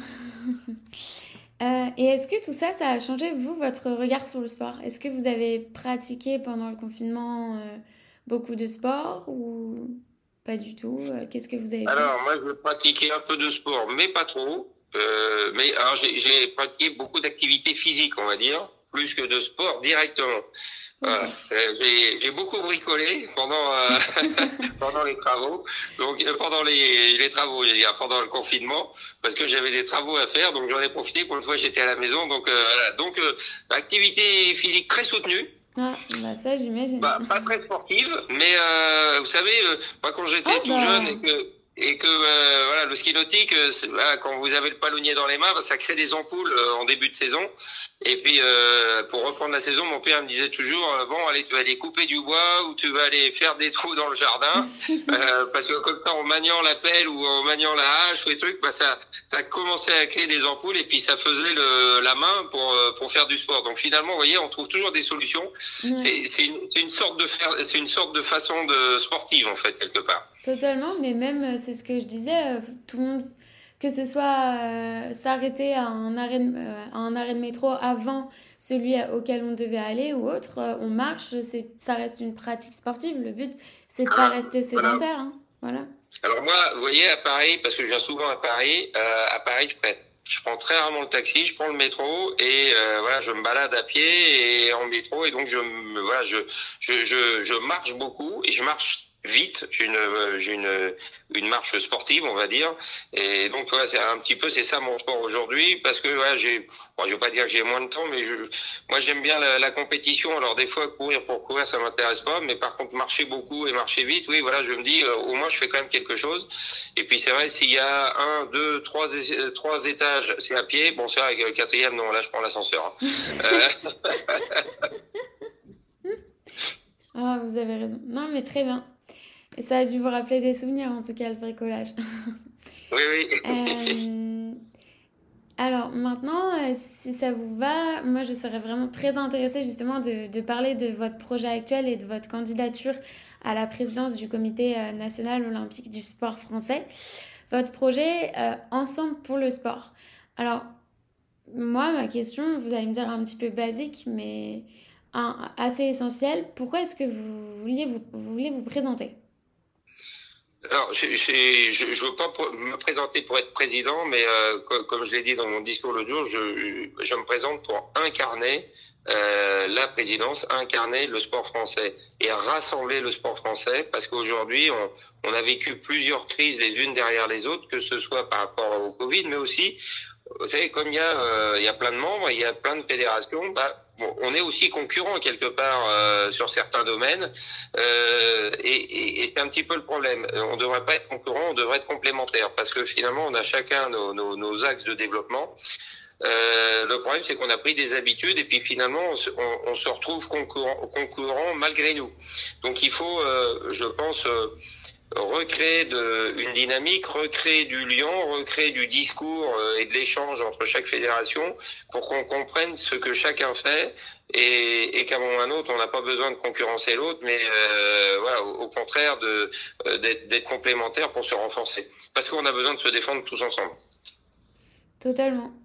Et est-ce que tout ça, ça a changé, vous, votre regard sur le sport? Est-ce que vous avez pratiqué pendant le confinement beaucoup de sport ou pas du tout? Qu'est-ce que vous avez fait? Alors, moi, je pratiquais un peu de sport, mais pas trop. Mais alors, j'ai pratiqué beaucoup d'activités physiques, on va dire, plus que de sport directement. Voilà. J'ai beaucoup bricolé pendant les travaux, donc pendant les travaux, pendant le confinement, parce que j'avais des travaux à faire, donc j'en ai profité pour une fois j'étais à la maison, donc voilà. Donc activité physique très soutenue. Ah, bah ça j'imagine. Pas très sportive, mais vous savez, moi quand j'étais tout jeune et que voilà, le ski nautique, quand vous avez le palonnier dans les mains, ça crée des ampoules en début de saison. Et puis pour reprendre la saison, mon père me disait toujours bon, allez, tu vas aller couper du bois ou tu vas aller faire des trous dans le jardin parce que comme ça, en maniant la pelle ou en maniant la hache ou les trucs, ça a commencé à créer des ampoules et puis ça faisait la main pour faire du sport. Donc finalement, vous voyez, on trouve toujours des solutions. C'est une sorte de façon de sportive en fait quelque part. Totalement, mais même c'est ce que je disais, tout le monde, que ce soit s'arrêter à un arrêt de métro avant celui auquel on devait aller ou autre, on marche, ça reste une pratique sportive. Le but, c'est de pas rester sédentaire. Hein. Voilà. Alors moi, vous voyez, à Paris, parce que je viens souvent à Paris, je prends très rarement le taxi, je prends le métro et voilà, je me balade à pied et en métro et donc je marche beaucoup et je marche vite. J'ai une marche sportive, on va dire, et donc voilà, c'est ça mon sport aujourd'hui, parce que voilà, je vais pas dire que j'ai moins de temps, mais moi j'aime bien la compétition. Alors des fois courir pour courir, ça m'intéresse pas, mais par contre marcher beaucoup et marcher vite, oui, voilà, je me dis au moins je fais quand même quelque chose. Et puis c'est vrai, s'il y a 1, 2, 3 étages, c'est à pied. Bon, c'est vrai, avec le 4e, non, là je prends l'ascenseur. Ah, vous avez raison. Non, mais très bien. Et ça a dû vous rappeler des souvenirs, en tout cas, le bricolage. Oui. Alors, maintenant, si ça vous va, moi, je serais vraiment très intéressée, justement, de parler de votre projet actuel et de votre candidature à la présidence du Comité national olympique du sport français. Votre projet Ensemble pour le sport. Alors, moi, ma question, vous allez me dire un petit peu basique, mais assez essentielle. Pourquoi est-ce que vous vouliez vous présenter ? Alors, je veux pas me présenter pour être président, mais comme je l'ai dit dans mon discours l'autre jour, je me présente pour incarner la présidence, incarner le sport français et rassembler le sport français, parce qu'aujourd'hui, on a vécu plusieurs crises les unes derrière les autres, que ce soit par rapport au Covid, mais aussi, vous savez, comme il y a plein de membres, il y a plein de fédérations, on est aussi concurrents quelque part sur certains domaines, et c'est un petit peu le problème. On ne devrait pas être concurrents, on devrait être complémentaires, parce que finalement on a chacun nos axes de développement. Le problème, c'est qu'on a pris des habitudes et puis finalement on se retrouve concurrents malgré nous. Donc il faut, je pense, recréer une dynamique, recréer du lien, recréer du discours et de l'échange entre chaque fédération pour qu'on comprenne ce que chacun fait et qu'à un moment ou à un autre, on n'a pas besoin de concurrencer l'autre, mais voilà, au contraire d'être complémentaires pour se renforcer. Parce qu'on a besoin de se défendre tous ensemble. Totalement.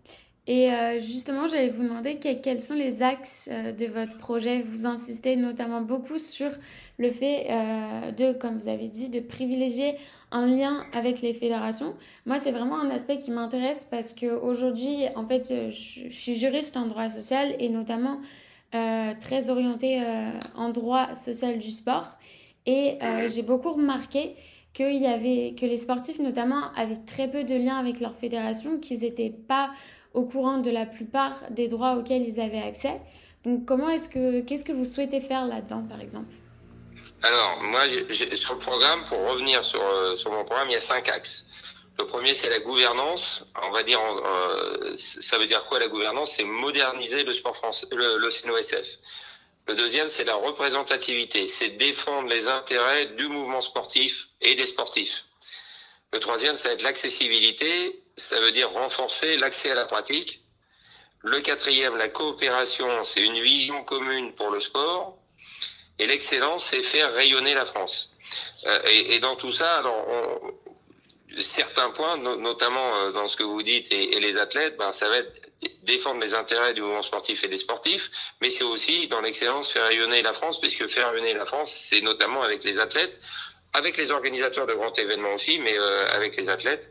Et justement, j'allais vous demander quels sont les axes de votre projet. Vous insistez notamment beaucoup sur le fait comme vous avez dit, de privilégier un lien avec les fédérations. Moi, c'est vraiment un aspect qui m'intéresse parce qu'aujourd'hui, en fait, je suis juriste en droit social et notamment très orientée en droit social du sport. Et j'ai beaucoup remarqué que les sportifs notamment avaient très peu de liens avec leur fédération, qu'ils n'étaient pas au courant de la plupart des droits auxquels ils avaient accès. Donc qu'est-ce que vous souhaitez faire là-dedans, par exemple? Alors, moi, sur le programme, pour revenir sur mon programme, il y a 5 axes. Le premier, c'est la gouvernance. On va dire, ça veut dire quoi la gouvernance? C'est moderniser le sport français, le CNOSF. Le deuxième, c'est la représentativité. C'est défendre les intérêts du mouvement sportif et des sportifs. Le troisième, ça va être l'accessibilité. Ça veut dire renforcer l'accès à la pratique. Le quatrième, la coopération. C'est une vision commune pour le sport. Et l'excellence, c'est faire rayonner la France. Et dans tout ça, alors, certains points, notamment dans ce que vous dites et les athlètes, ça va être défendre les intérêts du mouvement sportif et des sportifs, mais c'est aussi dans l'excellence faire rayonner la France, puisque faire rayonner la France, c'est notamment avec les athlètes, avec les organisateurs de grands événements aussi, mais avec les athlètes.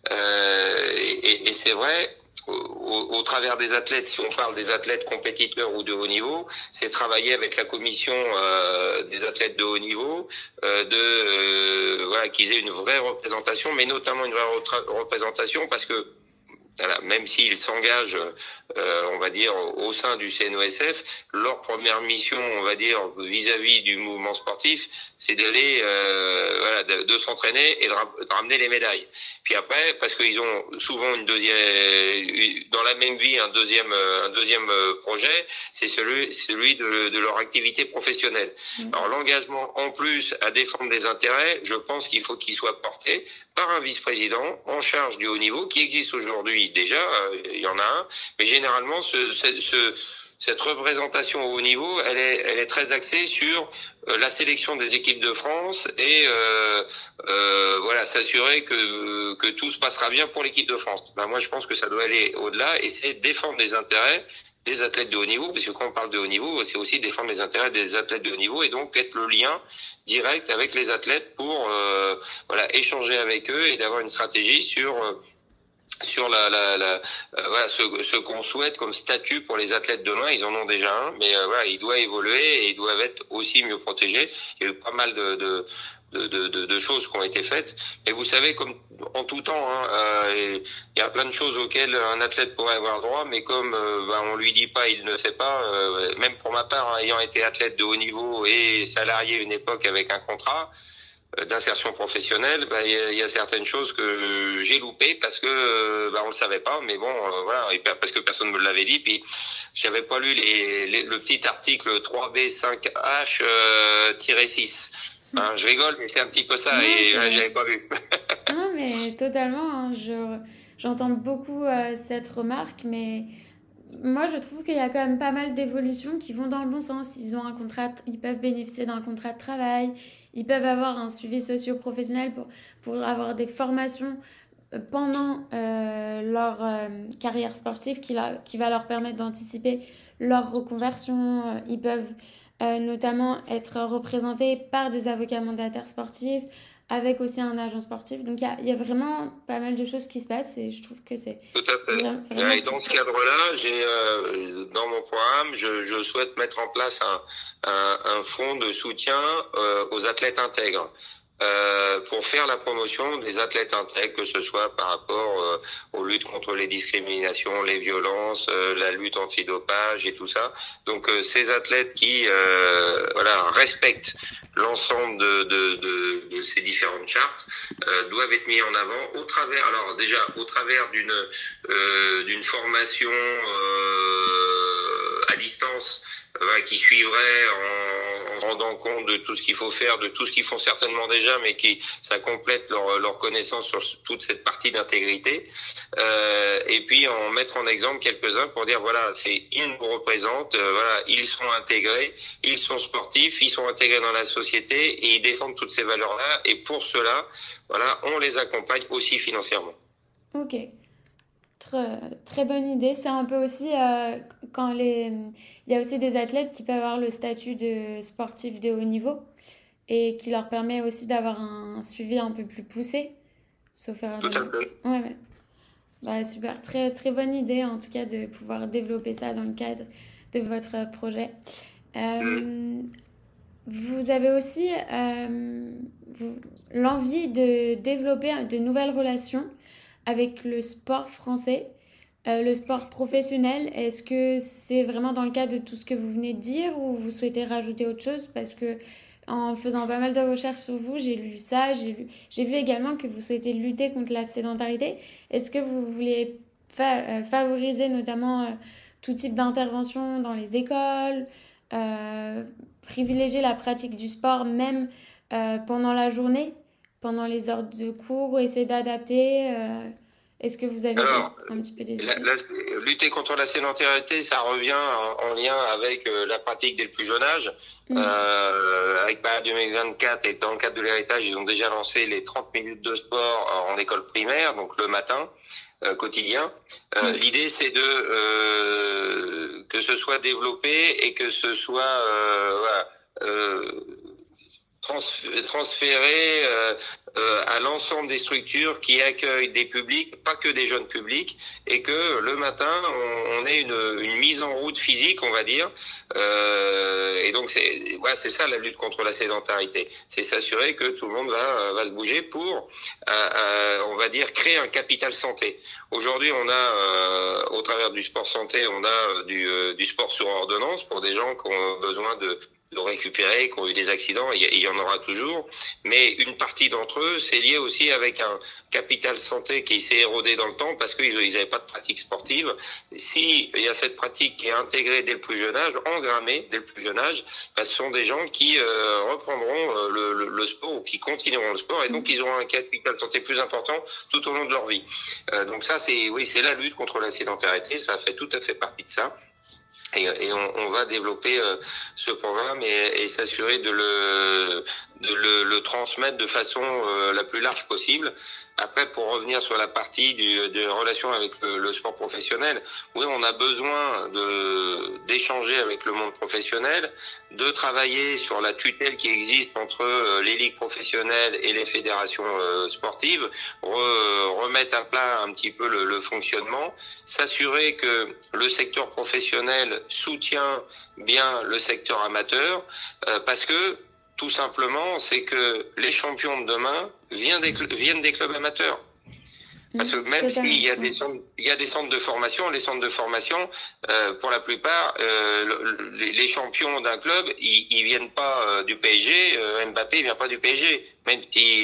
Et c'est vrai, au travers des athlètes, si on parle des athlètes compétiteurs ou de haut niveau, c'est travailler avec la commission des athlètes de haut niveau, qu'ils aient une vraie représentation, mais notamment une vraie représentation, parce que voilà, même s'ils s'engagent, on va dire, au sein du CNOSF, leur première mission, on va dire, vis-à-vis du mouvement sportif, c'est d'aller, de s'entraîner et de ramener les médailles. Puis après, parce qu'ils ont souvent dans la même vie, un deuxième projet, c'est celui de leur activité professionnelle. Alors l'engagement, en plus, à défendre des intérêts, je pense qu'il faut qu'il soit porté par un vice-président en charge du haut niveau, qui existe aujourd'hui déjà, il y en a un, mais généralement cette représentation au haut niveau, elle est très axée sur la sélection des équipes de France et s'assurer que tout se passera bien pour l'équipe de France. Moi, je pense que ça doit aller au-delà et c'est défendre les intérêts des athlètes de haut niveau, parce que quand on parle de haut niveau, c'est aussi défendre les intérêts des athlètes de haut niveau et donc être le lien direct avec les athlètes pour échanger avec eux et d'avoir une stratégie sur ce qu'on souhaite comme statut pour les athlètes demain. Ils en ont déjà un, mais il doit évoluer et ils doivent être aussi mieux protégés. Il y a eu pas mal de choses qui ont été faites. Et vous savez, comme en tout temps, il y a plein de choses auxquelles un athlète pourrait avoir droit, mais comme on lui dit pas, il ne sait pas. Même pour ma part, ayant été athlète de haut niveau et salarié une époque avec un contrat d'insertion professionnelle, il y a certaines choses que j'ai loupées parce que on le savait pas, mais bon et parce que personne me l'avait dit, puis j'avais pas lu le petit article 3B5H-6. Je rigole, mais c'est un petit peu ça, j'avais pas vu. Non, mais totalement, j'entends beaucoup cette remarque, mais moi je trouve qu'il y a quand même pas mal d'évolutions qui vont dans le bon sens. Ils ont ils peuvent bénéficier d'un contrat de travail, ils peuvent avoir un suivi socio-professionnel pour avoir des formations pendant leur carrière sportive qui va leur permettre d'anticiper leur reconversion. Ils peuvent notamment être représentés par des avocats mandataires sportifs, avec aussi un agent sportif. Donc il y a vraiment pas mal de choses qui se passent et je trouve que c'est... Tout à fait. Vraiment et dans ce cadre-là, dans mon programme, je souhaite mettre en place un fonds de soutien aux athlètes intègres. Pour faire la promotion des athlètes intègres, que ce soit par rapport aux luttes contre les discriminations, les violences, la lutte antidopage et tout ça. Donc ces athlètes qui respectent l'ensemble de ces différentes chartes doivent être mis en avant au travers d'une formation à distance qui suivrait en rendant compte de tout ce qu'il faut faire, de tout ce qu'ils font certainement déjà, mais ça complète leur connaissance sur toute cette partie d'intégrité. Et puis en mettre en exemple quelques-uns pour dire ils nous représentent, ils sont intégrés, ils sont sportifs, ils sont intégrés dans la société et ils défendent toutes ces valeurs-là. Et pour cela, on les accompagne aussi financièrement. Ok. Très bonne idée. C'est un peu aussi il y a aussi des athlètes qui peuvent avoir le statut de sportif de haut niveau et qui leur permet aussi d'avoir un suivi un peu plus poussé. Sauf erreur Tout de à ma- fait. Ouais, ouais. Bah, super. Très bonne idée en tout cas de pouvoir développer ça dans le cadre de votre projet. Euh, Vous avez aussi l'envie de développer de nouvelles relations avec le sport français, le sport professionnel. Est-ce que c'est vraiment dans le cadre de tout ce que vous venez de dire ou vous souhaitez rajouter autre chose? Parce que en faisant pas mal de recherches sur vous, j'ai lu ça, j'ai vu également que vous souhaitez lutter contre la sédentarité. Est-ce que vous voulez favoriser notamment tout type d'intervention dans les écoles, privilégier la pratique du sport même pendant la journée, pendant les heures de cours, ou essayer d'adapter est-ce que vous avez un petit peu des idées? Lutter contre la sédentarité, ça revient en lien avec la pratique dès le plus jeune âge. Avec Paris 2024 et dans le cadre de l'héritage, ils ont déjà lancé les 30 minutes de sport en école primaire, donc le matin, quotidien. L'idée, c'est que ce soit développé et que ce soit transféré à l'ensemble des structures qui accueillent des publics, pas que des jeunes publics, et que le matin on ait une mise en route physique, on va dire. Et donc c'est ça la lutte contre la sédentarité, c'est s'assurer que tout le monde va se bouger pour on va dire créer un capital santé. Aujourd'hui on a au travers du sport santé, on a du sport sur ordonnance pour des gens qui ont besoin de récupérer, qui ont eu des accidents, il y en aura toujours, mais une partie d'entre eux, c'est lié aussi avec un capital santé qui s'est érodé dans le temps parce qu'ils n'avaient pas de pratique sportive. Si il y a cette pratique qui est intégrée dès le plus jeune âge, engrammée dès le plus jeune âge, ce sont des gens qui reprendront le sport ou qui continueront le sport et donc ils auront un capital santé plus important tout au long de leur vie. Donc ça, c'est la lutte contre la sédentarité, ça fait tout à fait partie de ça. Et on va développer ce programme et s'assurer de le transmettre de façon la plus large possible. Après, pour revenir sur la partie de relation avec le sport professionnel, oui, on a besoin d'échanger avec le monde professionnel, de travailler sur la tutelle qui existe entre les ligues professionnelles et les fédérations sportives, remettre à plat un petit peu le fonctionnement, s'assurer que le secteur professionnel soutient bien le secteur amateur, parce que tout simplement, c'est que les champions de demain viennent des clubs amateurs. Parce que même s'il y a des centres de formation, les centres de formation, pour la plupart, les champions d'un club, ils viennent pas du PSG. Mbappé vient pas du PSG, même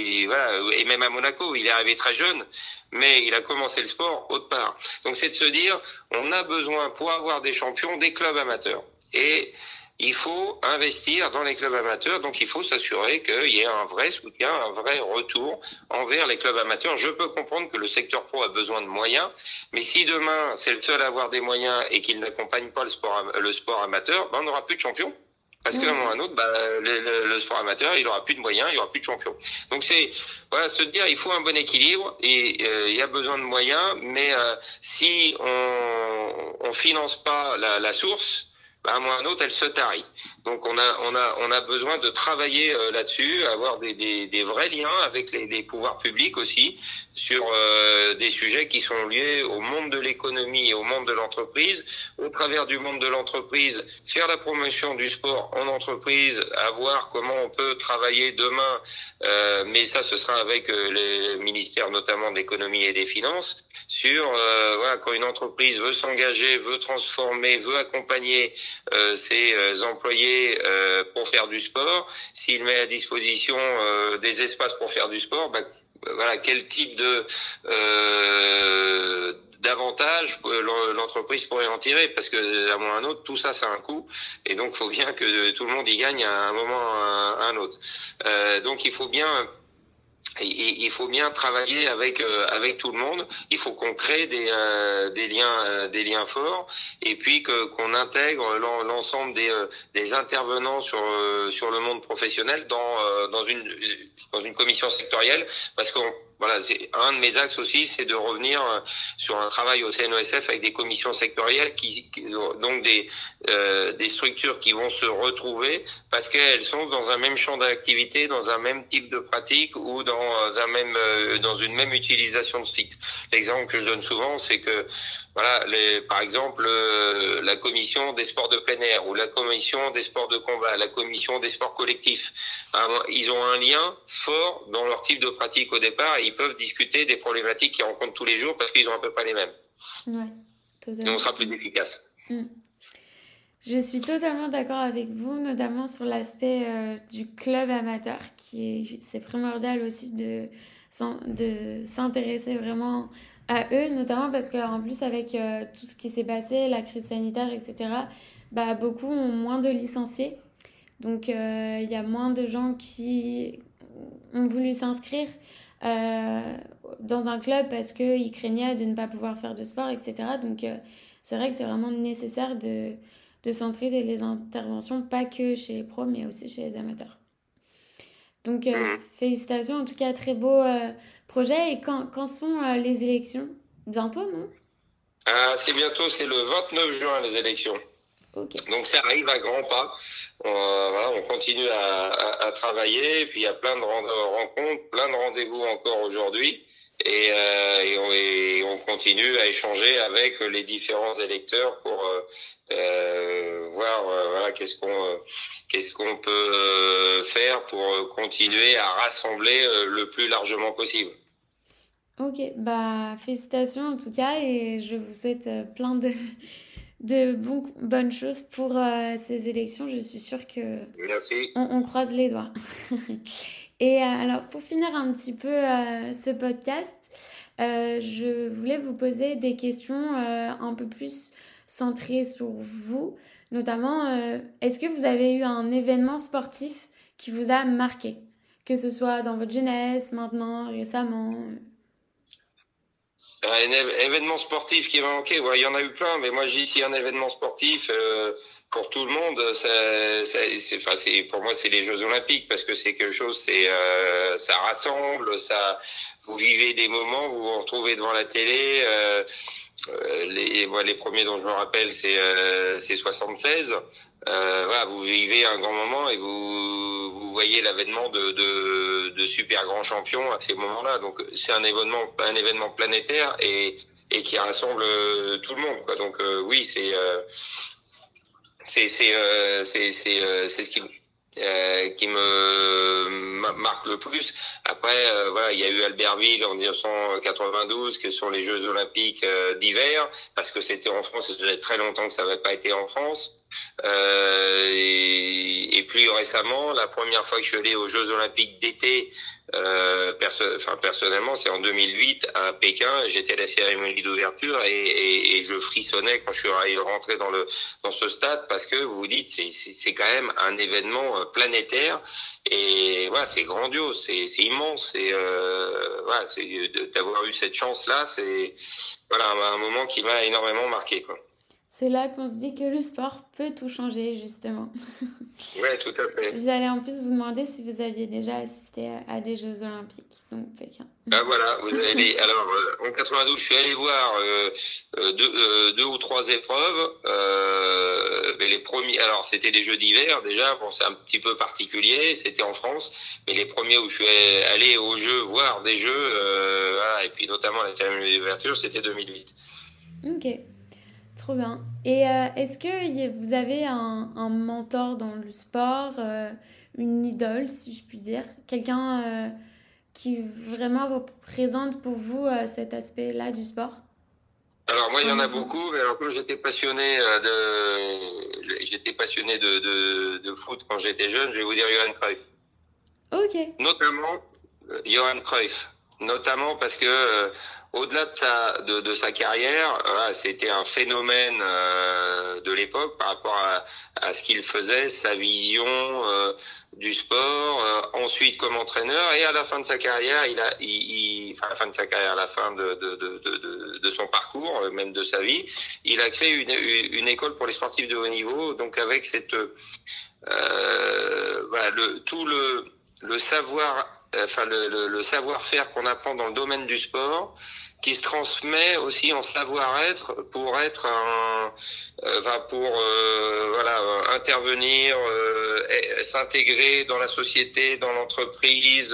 et même à Monaco, il est arrivé très jeune, mais il a commencé le sport autre part. Donc c'est de se dire, on a besoin pour avoir des champions des clubs amateurs. Et il faut investir dans les clubs amateurs, donc il faut s'assurer qu'il y ait un vrai soutien, un vrai retour envers les clubs amateurs. Je peux comprendre que le secteur pro a besoin de moyens, mais si demain c'est le seul à avoir des moyens et qu'il n'accompagne pas le sport amateur, on n'aura plus de champions. Parce qu'à un moment ou à un autre, le sport amateur, il aura plus de moyens, il y aura plus de champions. Donc c'est se dire, il faut un bon équilibre et il y a besoin de moyens, mais si on finance pas la source, à un moment ou à un autre, elle se tarit. Donc on a besoin de travailler là-dessus, avoir des vrais liens avec les pouvoirs publics aussi sur des sujets qui sont liés au monde de l'économie et au monde de l'entreprise. Au travers du monde de l'entreprise, faire la promotion du sport en entreprise, à voir comment on peut travailler demain, mais ça ce sera avec les ministères notamment de l'économie et des finances, sur quand une entreprise veut s'engager, veut transformer, veut accompagner ses employés pour faire du sport, s'il met à disposition des espaces pour faire du sport, quel type d'avantages l'entreprise pourrait en tirer, parce que à un moment ou à un autre, tout ça, c'est un coût, et donc il faut bien que tout le monde y gagne à un moment ou à un autre. Donc il faut bien travailler avec tout le monde. Il faut qu'on crée des liens forts, et puis qu'on intègre l'ensemble des intervenants sur le monde professionnel dans une commission sectorielle, parce qu'on voilà, c'est un de mes axes aussi, c'est de revenir sur un travail au CNOSF avec des commissions sectorielles donc des structures qui vont se retrouver parce qu'elles sont dans un même champ d'activité, dans un même type de pratique ou dans une même utilisation de sites. L'exemple que je donne souvent, c'est que voilà, par exemple la commission des sports de plein air ou la commission des sports de combat, la commission des sports collectifs, ils ont un lien fort dans leur type de pratique au départ et ils peuvent discuter des problématiques qu'ils rencontrent tous les jours parce qu'ils ont à peu près les mêmes. Ouais, totalement. Et on sera plus efficace. Je suis totalement d'accord avec vous, notamment sur l'aspect du club amateur, c'est primordial aussi de s'intéresser vraiment à eux, notamment parce qu'en plus avec tout ce qui s'est passé, la crise sanitaire, etc., beaucoup ont moins de licenciés. Donc il y a moins de gens qui ont voulu s'inscrire dans un club parce qu'ils craignaient de ne pas pouvoir faire de sport, etc. Donc c'est vrai que c'est vraiment nécessaire de centrer les interventions, pas que chez les pros, mais aussi chez les amateurs. Donc, félicitations, en tout cas, très beau projet. Et quand sont les élections? Bientôt, non? C'est bientôt, c'est le 29 juin, les élections. Okay. Donc, ça arrive à grands pas. On continue à travailler, et puis il y a plein de rencontres, plein de rendez-vous encore aujourd'hui. Et on continue à échanger avec les différents électeurs pour voir qu'est-ce qu'on peut faire pour continuer à rassembler le plus largement possible. Ok, félicitations en tout cas et je vous souhaite plein de bonnes choses pour ces élections. Je suis sûre que Merci. On croise les doigts. Et alors, pour finir un petit peu ce podcast, je voulais vous poser des questions un peu plus centrées sur vous. Notamment, est-ce que vous avez eu un événement sportif qui vous a marqué? Que ce soit dans votre jeunesse, maintenant, récemment? Un événement sportif qui m'a manqué, il y en a eu plein, mais moi je dis si un événement sportif pour tout le monde, pour moi c'est les Jeux Olympiques parce que c'est quelque chose, ça rassemble, vous vivez des moments, vous vous retrouvez devant la télé. Les premiers dont je me rappelle c'est 76. Vous vivez un grand moment et vous voyez l'avènement de super grands champions à ces moments-là. Donc c'est un événement planétaire et qui rassemble tout le monde, quoi. Donc oui, c'est ce qui me marque le plus. Après, il y a eu Albertville en 1992, que sont les Jeux Olympiques d'hiver, parce que c'était en France, ça faisait très longtemps que ça n'avait pas été en France. Et plus récemment, la première fois que je suis allé aux Jeux Olympiques d'été, personnellement, c'est en 2008 à Pékin. J'étais à la cérémonie d'ouverture et je frissonnais quand je suis rentré dans ce stade parce que vous vous dites c'est quand même un événement planétaire et voilà, c'est grandiose, c'est immense, c'est d'avoir eu cette chance là, c'est un moment qui m'a énormément marqué, quoi. C'est là qu'on se dit que le sport peut tout changer, justement. Ouais, tout à fait. J'allais en plus vous demander si vous aviez déjà assisté à des Jeux Olympiques, donc Pékin. Vous allez. Alors, en 92, je suis allé voir deux ou trois épreuves. Mais les premiers, alors c'était des Jeux d'hiver déjà. Bon, c'est un petit peu particulier. C'était en France, mais les premiers où je suis allé aux Jeux voir des Jeux, et puis notamment la cérémonie d'ouverture, c'était 2008. Ok. Trop bien. Et est-ce que vous avez un mentor dans le sport, une idole, si je puis dire, quelqu'un qui vraiment représente pour vous cet aspect-là du sport? Alors moi, il y en a beaucoup, mais alors comme j'étais passionné de foot quand j'étais jeune, je vais vous dire Johan Cruyff. Ok. Notamment Johan Cruyff, notamment parce que au-delà de sa carrière, c'était un phénomène de l'époque par rapport à ce qu'il faisait, sa vision du sport. Ensuite, comme entraîneur, et à la fin de sa carrière, à la fin de sa carrière, à la fin de son parcours, même de sa vie, il a créé une école pour les sportifs de haut niveau. Donc avec cette tout le savoir enfin le savoir-faire qu'on apprend dans le domaine du sport, qui se transmet aussi en savoir-être pour être intervenir, s'intégrer dans la société, dans l'entreprise,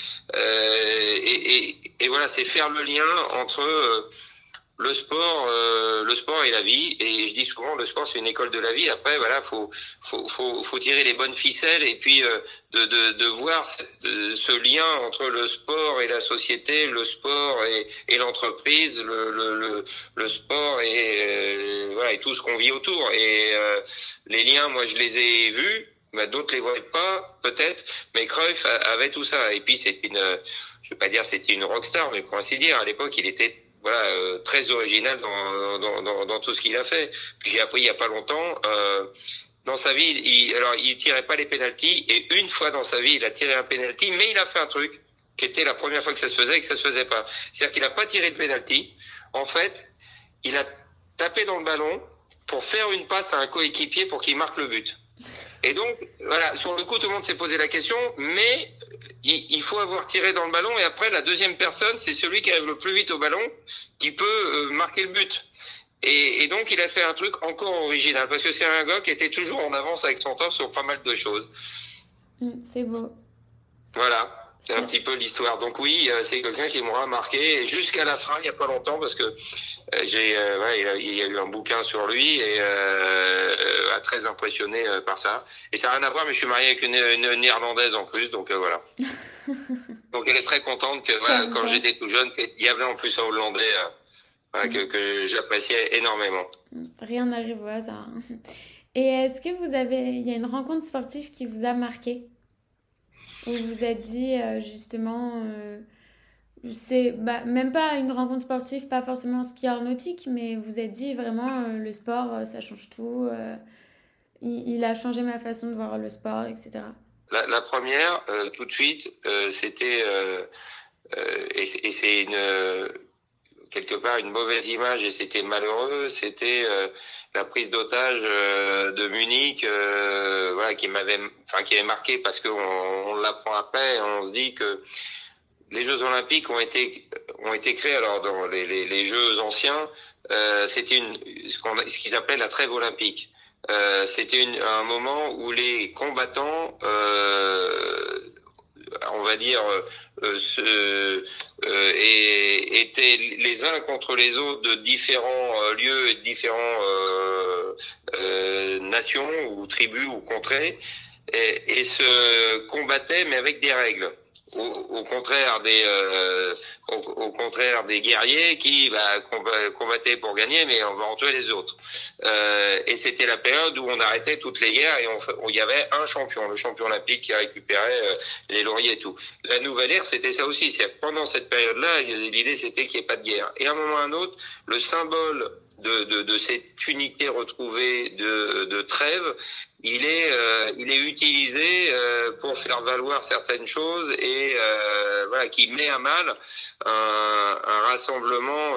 et voilà, c'est faire le lien entre le sport et la vie. Et je dis souvent, le sport c'est une école de la vie. Après voilà, faut tirer les bonnes ficelles et puis de voir ce lien entre le sport et la société, le sport et l'entreprise, le sport et voilà, et tout ce qu'on vit autour. Et les liens, moi je les ai vus, d'autres les voyaient pas peut-être, mais Cruyff avait tout ça. Et puis c'est je vais pas dire c'était une rockstar, mais pour ainsi dire, à l'époque il était très original dans tout ce qu'il a fait. Puis j'ai appris il y a pas longtemps, dans sa vie, il tirait pas les pénaltys, et une fois dans sa vie, il a tiré un pénalty, mais il a fait un truc qui était la première fois que ça se faisait et que ça se faisait pas. C'est-à-dire qu'il a pas tiré de pénalty. En fait, il a tapé dans le ballon pour faire une passe à un coéquipier pour qu'il marque le but. Et donc, voilà, sur le coup, tout le monde s'est posé la question, mais il faut avoir tiré dans le ballon, et après, la deuxième personne, c'est celui qui arrive le plus vite au ballon, qui peut marquer le but. Et donc, il a fait un truc encore original, parce que c'est un gars qui était toujours en avance avec son temps sur pas mal de choses. C'est beau. Voilà. C'est un petit peu l'histoire. Donc oui, c'est quelqu'un qui m'aura marqué jusqu'à la fin, il n'y a pas longtemps, parce que il y a eu un bouquin sur lui, et très impressionné par ça. Et ça n'a rien à voir, mais je suis marié avec une néerlandaise en plus, donc voilà. Donc elle est très contente que quand j'étais tout jeune, il y avait en plus un Hollandais que j'appréciais énormément. Rien n'arrive au hasard. Et est-ce que il y a une rencontre sportive qui vous a marqué? Où vous vous êtes dit justement, c'est même pas une rencontre sportive, pas forcément skieur nautique, mais vous vous êtes dit vraiment le sport, ça change tout, il a changé ma façon de voir le sport, etc. La première, tout de suite, c'était, et c'est quelque part une mauvaise image, et c'était malheureux, c'était la prise d'otage de Munich, qui m'avait marqué, parce que on l'apprend après, et on se dit que les Jeux Olympiques ont été créés, alors dans les Jeux anciens, c'était ce qu'ils appelaient la trêve olympique. C'était un moment où les combattants, on va dire, étaient les uns contre les autres de différents lieux et de différents nations ou tribus ou contrées, et se combattaient, mais avec des règles. Au contraire des guerriers qui combattaient pour gagner, mais on va en tuer les autres. Et c'était la période où on arrêtait toutes les guerres, et il y avait un champion, le champion olympique, qui récupérait les lauriers et tout. La nouvelle ère, c'était ça aussi. C'est pendant cette période-là, l'idée c'était qu'il n'y ait pas de guerre. Et à un moment ou à un autre, le symbole de cette unité retrouvée de trêve, il est utilisé pour faire valoir certaines choses, et qui met à mal un rassemblement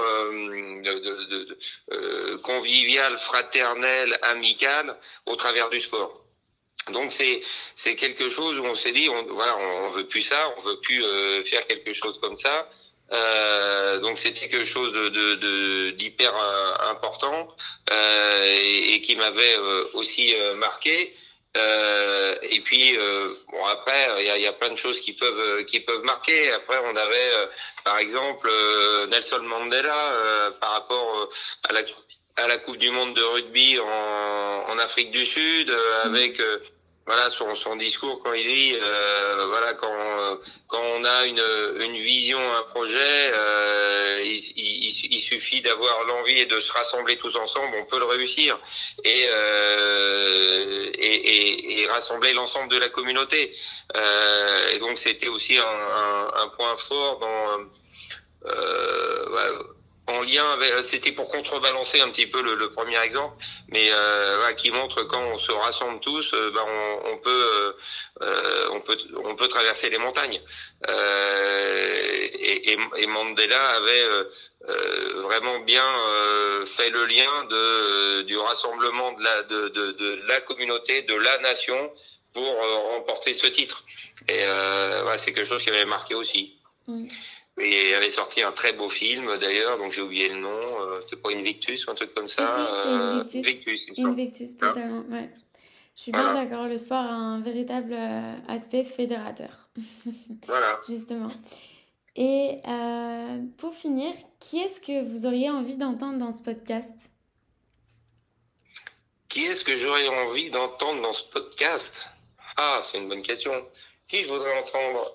convivial, fraternel, amical au travers du sport. Donc c'est quelque chose où on s'est dit on veut plus ça, on veut plus faire quelque chose comme ça. Donc c'était quelque chose d'hyper important, et qui m'avait aussi marqué. Et puis après il y a plein de choses qui peuvent marquer. Après on avait par exemple Nelson Mandela par rapport à la Coupe du monde de rugby en Afrique du Sud, avec son discours quand il dit quand on a une vision, un projet, il suffit d'avoir l'envie et de se rassembler tous ensemble, on peut le réussir, et rassembler l'ensemble de la communauté. Et donc c'était aussi un point fort en lien avec, c'était pour contrebalancer un petit peu le premier exemple, mais qui montre quand on se rassemble tous, on peut traverser les montagnes. Et Mandela avait vraiment bien fait le lien du rassemblement de la communauté, de la nation, pour remporter ce titre. Et c'est quelque chose qui m'avait marqué aussi. Et il avait sorti un très beau film d'ailleurs, donc j'ai oublié le nom. C'est pas Invictus ou un truc comme ça. C'est Invictus, totalement. Ouais. Je suis bien d'accord. Le sport a un véritable aspect fédérateur. Voilà. Justement. Et pour finir, qui est-ce que vous auriez envie d'entendre dans ce podcast ? Qui est-ce que j'aurais envie d'entendre dans ce podcast ? Ah, c'est une bonne question. Qui je voudrais entendre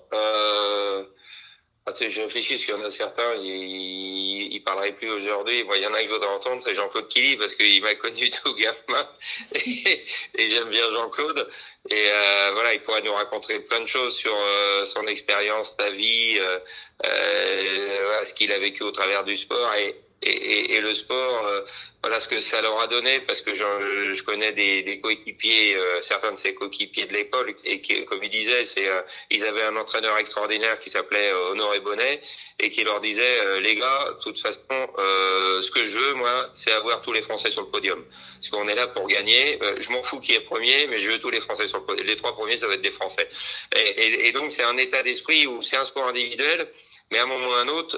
je réfléchis parce qu'il y en a certains, ils parleraient plus aujourd'hui. Moi, il y en a que je voudrais entendre, c'est Jean-Claude Killy parce qu'il m'a connu tout gamin et j'aime bien Jean-Claude. Et il pourrait nous raconter plein de choses sur son expérience, sa vie, ce qu'il a vécu au travers du sport et le sport. Ce que ça leur a donné, parce que je connais des coéquipiers, certains de ces coéquipiers de l'école, et qui, comme il disait, ils avaient un entraîneur extraordinaire qui s'appelait Honoré Bonnet, et qui leur disait, les gars, de toute façon, ce que je veux, moi, c'est avoir tous les Français sur le podium. Parce qu'on est là pour gagner. Je m'en fous qui est premier, mais je veux tous les Français sur le podium. Les 3 premiers, ça va être des Français. Et donc, c'est un état d'esprit où c'est un sport individuel, mais à un moment ou à un autre,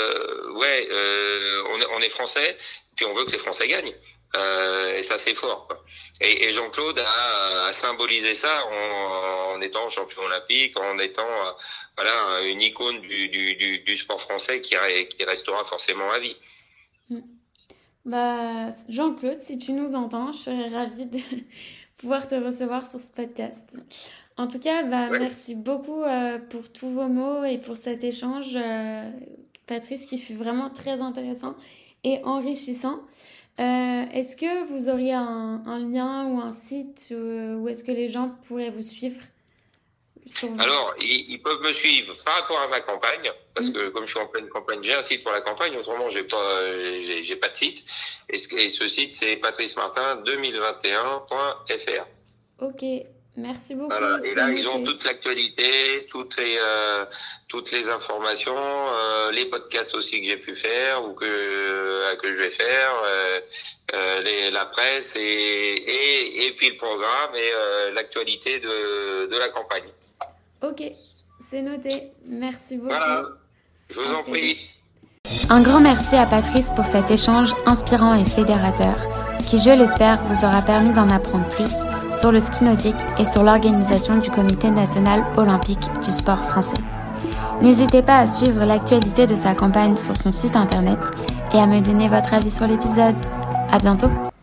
on est Français. Puis on veut que les Français gagnent. Et ça, c'est fort, quoi. Et Jean-Claude a symbolisé ça en étant champion olympique, en étant une icône du sport français qui restera forcément à vie. Jean-Claude, si tu nous entends, je serais ravie de pouvoir te recevoir sur ce podcast. En tout cas, merci beaucoup pour tous vos mots et pour cet échange, Patrice, qui fut vraiment très intéressant et enrichissant. Est-ce que vous auriez un lien ou un site où est-ce que les gens pourraient vous suivre Alors, ils peuvent me suivre par rapport à ma campagne, parce que comme je suis en pleine campagne, j'ai un site pour la campagne, autrement j'ai pas de site. Et ce site, c'est patricemarin2021.fr. Ok. Merci beaucoup. Voilà. Et là, ils ont toute l'actualité, toutes les informations, les podcasts aussi que j'ai pu faire ou que je vais faire, la presse et puis le programme et l'actualité de la campagne. Ok, c'est noté. Merci beaucoup. Voilà, je vous en prie. Un grand merci à Patrice pour cet échange inspirant et fédérateur qui, je l'espère, vous aura permis d'en apprendre plus sur le ski nautique et sur l'organisation du Comité national olympique du sport français. N'hésitez pas à suivre l'actualité de sa campagne sur son site internet et à me donner votre avis sur l'épisode. À bientôt!